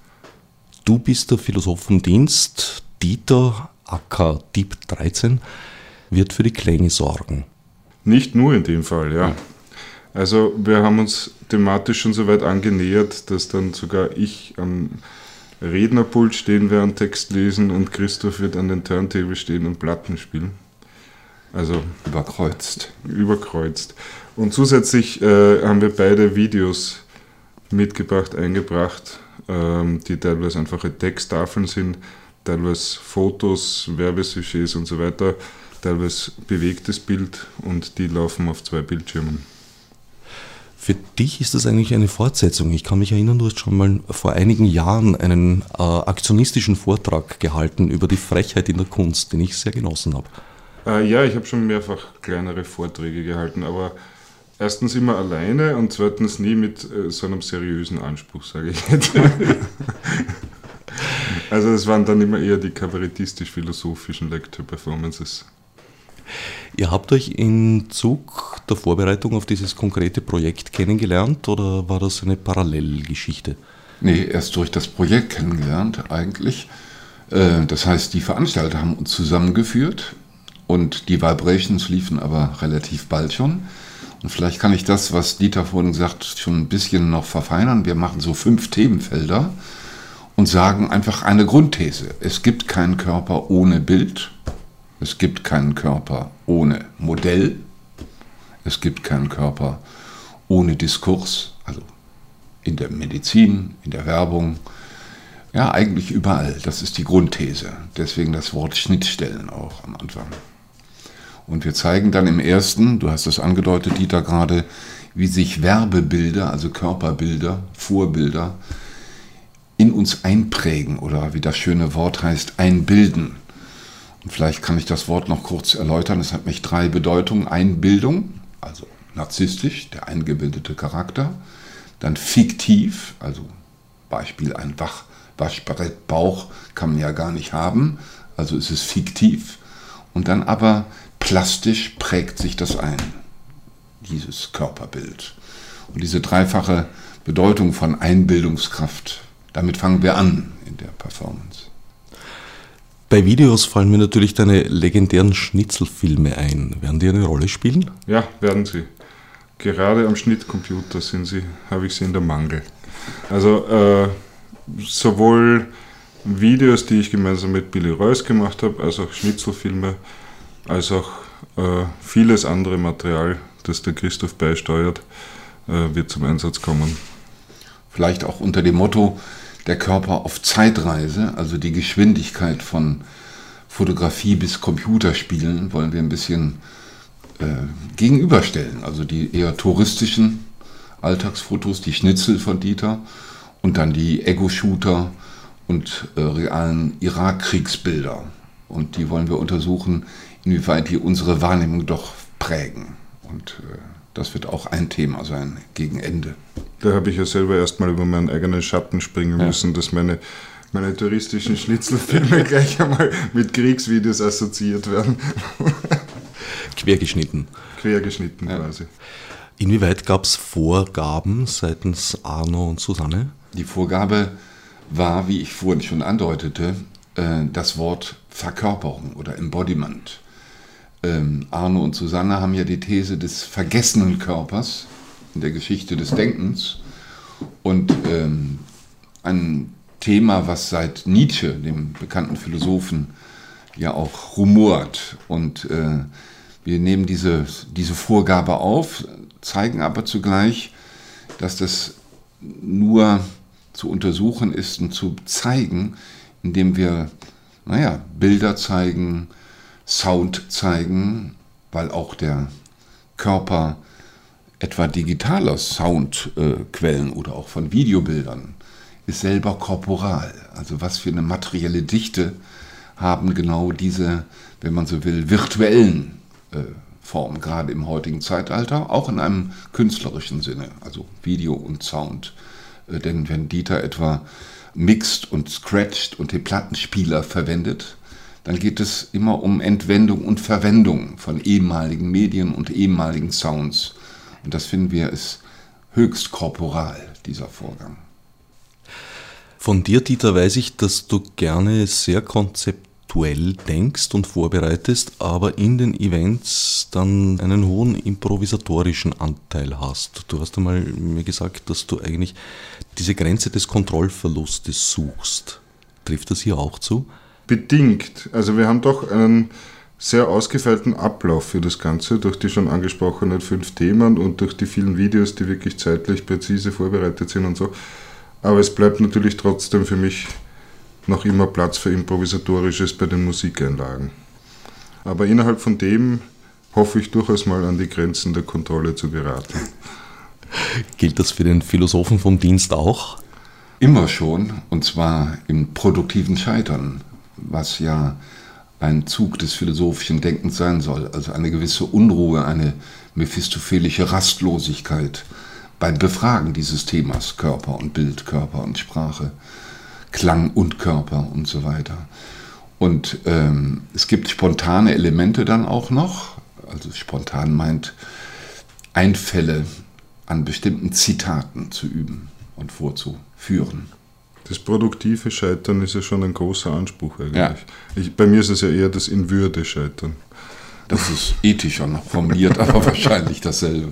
A: Du bist der Philosophendienst. Dieter, aka Dieb 13, wird für die Klänge sorgen.
I: Nicht nur in dem Fall, ja. Also wir haben uns thematisch schon so weit angenähert, dass dann sogar ich am Rednerpult stehen werde und Text lesen und Christoph wird an den Turntable stehen und Platten spielen. Also überkreuzt. Und zusätzlich haben wir beide Videos eingebracht, die teilweise einfache Texttafeln sind, teilweise Fotos, Werbesujets und so weiter, teilweise bewegtes Bild und die laufen auf 2 Bildschirmen.
A: Für dich ist das eigentlich eine Fortsetzung. Ich kann mich erinnern, du hast schon mal vor einigen Jahren einen aktionistischen Vortrag gehalten über die Frechheit in der Kunst, den ich sehr genossen habe.
I: Ja, ich habe schon mehrfach kleinere Vorträge gehalten, aber erstens immer alleine und zweitens nie mit so einem seriösen Anspruch, sage ich jetzt. Also es waren dann immer eher die kabarettistisch-philosophischen Lecture-Performances.
A: Ihr habt euch im Zug der Vorbereitung auf dieses konkrete Projekt kennengelernt oder war das eine Parallelgeschichte?
H: Nee, erst durch das Projekt kennengelernt eigentlich. Das heißt, die Veranstalter haben uns zusammengeführt und die Vibrations liefen aber relativ bald schon. Und vielleicht kann ich das, was Dieter vorhin sagt, schon ein bisschen noch verfeinern. Wir machen so 5 Themenfelder und sagen einfach eine Grundthese. Es gibt keinen Körper ohne Bild. Es gibt keinen Körper ohne Modell. Es gibt keinen Körper ohne Diskurs. Also in der Medizin, in der Werbung. Ja, eigentlich überall. Das ist die Grundthese. Deswegen das Wort Schnittstellen auch am Anfang. Und wir zeigen dann im ersten, du hast das angedeutet, Dieter, gerade, wie sich Werbebilder, also Körperbilder, Vorbilder, in uns einprägen oder wie das schöne Wort heißt, einbilden. Und vielleicht kann ich das Wort noch kurz erläutern. Es hat nämlich 3 Bedeutungen. Einbildung, also narzisstisch, der eingebildete Charakter. Dann fiktiv, also Beispiel ein Waschbrettbauch kann man ja gar nicht haben, also ist es fiktiv. Und dann aber plastisch prägt sich das ein, dieses Körperbild. Und diese dreifache Bedeutung von Einbildungskraft, damit fangen wir an in der Performance.
A: Bei Videos fallen mir natürlich deine legendären Schnitzelfilme ein. Werden die eine Rolle spielen?
I: Ja, werden sie. Gerade am Schnittcomputer habe ich sie in der Mangel. Also sowohl Videos, die ich gemeinsam mit Billy Reuss gemacht habe, als auch Schnitzelfilme, als auch vieles andere Material, das der Christoph beisteuert, wird zum Einsatz kommen.
H: vielleicht auch unter dem Motto der Körper auf Zeitreise, also die Geschwindigkeit von Fotografie bis Computerspielen wollen wir ein bisschen gegenüberstellen. Also die eher touristischen Alltagsfotos, die Schnitzel von Dieter und dann die Ego-Shooter und realen Irakkriegsbilder. Und die wollen wir untersuchen, inwieweit die unsere Wahrnehmung doch prägen. Und das wird auch ein Thema sein gegen Ende.
I: Da habe ich ja selber erstmal über meinen eigenen Schatten springen müssen, dass meine touristischen Schnitzelfilme gleich einmal mit Kriegsvideos assoziiert werden.
A: Quergeschnitten.
I: Quasi.
A: Inwieweit gab es Vorgaben seitens Arno und Susanne?
H: Die Vorgabe war, wie ich vorhin schon andeutete, das Wort Verkörperung oder Embodiment. Arno und Susanne haben ja die These des vergessenen Körpers in der Geschichte des Denkens und ein Thema, was seit Nietzsche, dem bekannten Philosophen, ja auch rumort. Und wir nehmen diese Vorgabe auf, zeigen aber zugleich, dass das nur zu untersuchen ist und zu zeigen, indem wir Bilder zeigen, Sound zeigen, weil auch der Körper etwa digitaler Soundquellen oder auch von Videobildern ist selber korporal. Also was für eine materielle Dichte haben genau diese, wenn man so will, virtuellen Formen, gerade im heutigen Zeitalter, auch in einem künstlerischen Sinne, also Video und Sound. Denn wenn Dieter etwa mixt und scratcht und den Plattenspieler verwendet, dann geht es immer um Entwendung und Verwendung von ehemaligen Medien und ehemaligen Sounds. Und das finden wir ist höchst korporal, dieser Vorgang.
A: Von dir, Dieter, weiß ich, dass du gerne sehr konzeptuell denkst und vorbereitest, aber in den Events dann einen hohen improvisatorischen Anteil hast. Du hast einmal mir gesagt, dass du eigentlich diese Grenze des Kontrollverlustes suchst. Trifft das hier auch zu?
I: Bedingt. Also wir haben doch einen sehr ausgefeilten Ablauf für das Ganze, durch die schon angesprochenen 5 Themen und durch die vielen Videos, die wirklich zeitlich präzise vorbereitet sind und so. Aber es bleibt natürlich trotzdem für mich noch immer Platz für Improvisatorisches bei den Musikeinlagen. Aber innerhalb von dem hoffe ich durchaus mal an die Grenzen der Kontrolle zu geraten.
A: Gilt das für den Philosophen vom Dienst auch?
H: Immer schon, und zwar im produktiven Scheitern, was ja ein Zug des philosophischen Denkens sein soll, also eine gewisse Unruhe, eine mephistophelische Rastlosigkeit beim Befragen dieses Themas Körper und Bild, Körper und Sprache, Klang und Körper und so weiter. Und es gibt spontane Elemente dann auch noch, also spontan meint Einfälle an bestimmten Zitaten zu üben und vorzuführen.
I: Das produktive Scheitern ist ja schon ein großer Anspruch eigentlich.
H: Ja.
I: Bei mir ist es ja eher das in Würde Scheitern.
H: Das ist ethischer noch formuliert, aber wahrscheinlich dasselbe.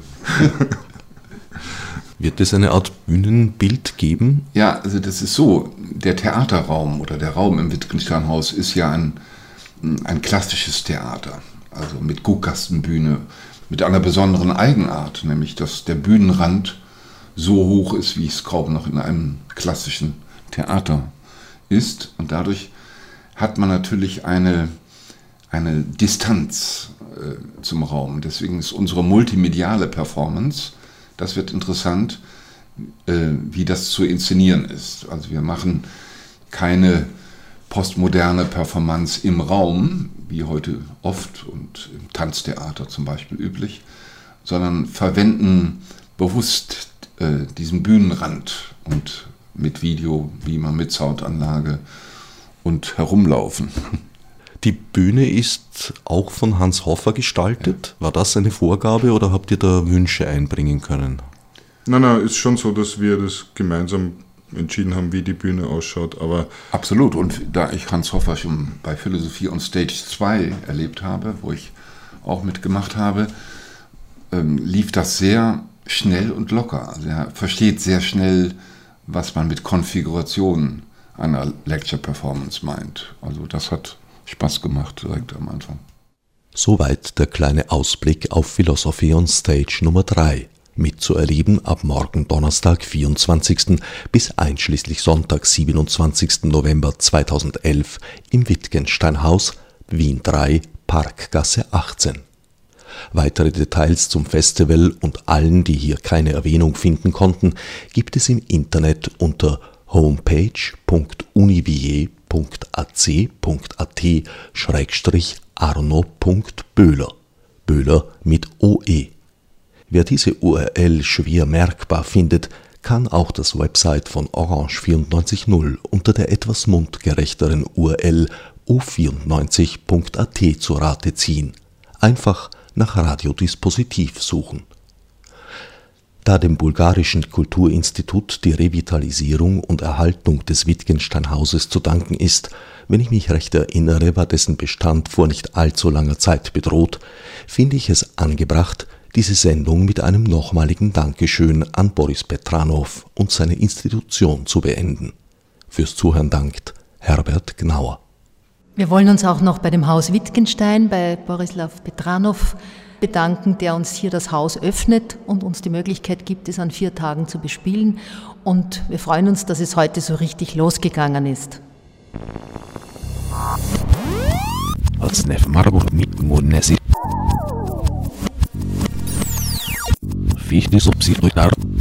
A: Wird es eine Art Bühnenbild geben?
H: Ja, also das ist so, der Theaterraum oder der Raum im Wittgenstein-Haus ist ja ein klassisches Theater, also mit Guckkastenbühne, mit einer besonderen Eigenart, nämlich dass der Bühnenrand so hoch ist, wie es kaum noch in einem klassischen Theater ist. Und dadurch hat man natürlich eine Distanz zum Raum. Deswegen ist unsere multimediale Performance, das wird interessant, wie das zu inszenieren ist. Also wir machen keine postmoderne Performance im Raum, wie heute oft und im Tanztheater zum Beispiel üblich, sondern verwenden bewusst diesen Bühnenrand und mit Video, wie man mit Soundanlage und herumlaufen.
A: Die Bühne ist auch von Hans Hoffer gestaltet. Ja. War das eine Vorgabe oder habt ihr da Wünsche einbringen können?
I: Nein, ist schon so, dass wir das gemeinsam entschieden haben, wie die Bühne ausschaut. Aber
H: absolut. Und da ich Hans Hoffer schon bei Philosophie on Stage 2 erlebt habe, wo ich auch mitgemacht habe, lief das sehr schnell und locker. Also er versteht sehr schnell, was man mit Konfiguration einer Lecture-Performance meint. Also das hat Spaß gemacht direkt am Anfang.
A: Soweit der kleine Ausblick auf Philosophy on Stage Nummer 3. Mitzuerleben ab morgen Donnerstag, 24. bis einschließlich Sonntag, 27. November 2011 im Wittgenstein-Haus, Wien 3, Parkgasse 18. Weitere Details zum Festival und allen, die hier keine Erwähnung finden konnten, gibt es im Internet unter homepage.univier.ac.at/arno.böhler. Böhler mit OE. Wer diese URL schwer merkbar findet, kann auch das Website von Orange 94.0 unter der etwas mundgerechteren URL o94.at zu Rate ziehen. Einfach nach Radiodispositiv suchen. Da dem Bulgarischen Kulturinstitut die Revitalisierung und Erhaltung des Wittgenstein-Hauses zu danken ist, wenn ich mich recht erinnere, war dessen Bestand vor nicht allzu langer Zeit bedroht, finde ich es angebracht, diese Sendung mit einem nochmaligen Dankeschön an Boris Petranow und seine Institution zu beenden. Fürs Zuhören dankt Herbert Gnauer.
B: Wir wollen uns auch noch bei dem Haus Wittgenstein, bei Borislav Petranow bedanken, der uns hier das Haus öffnet und uns die Möglichkeit gibt, es an 4 Tagen zu bespielen. Und wir freuen uns, dass es heute so richtig losgegangen ist.
J: Fichte subsidiar.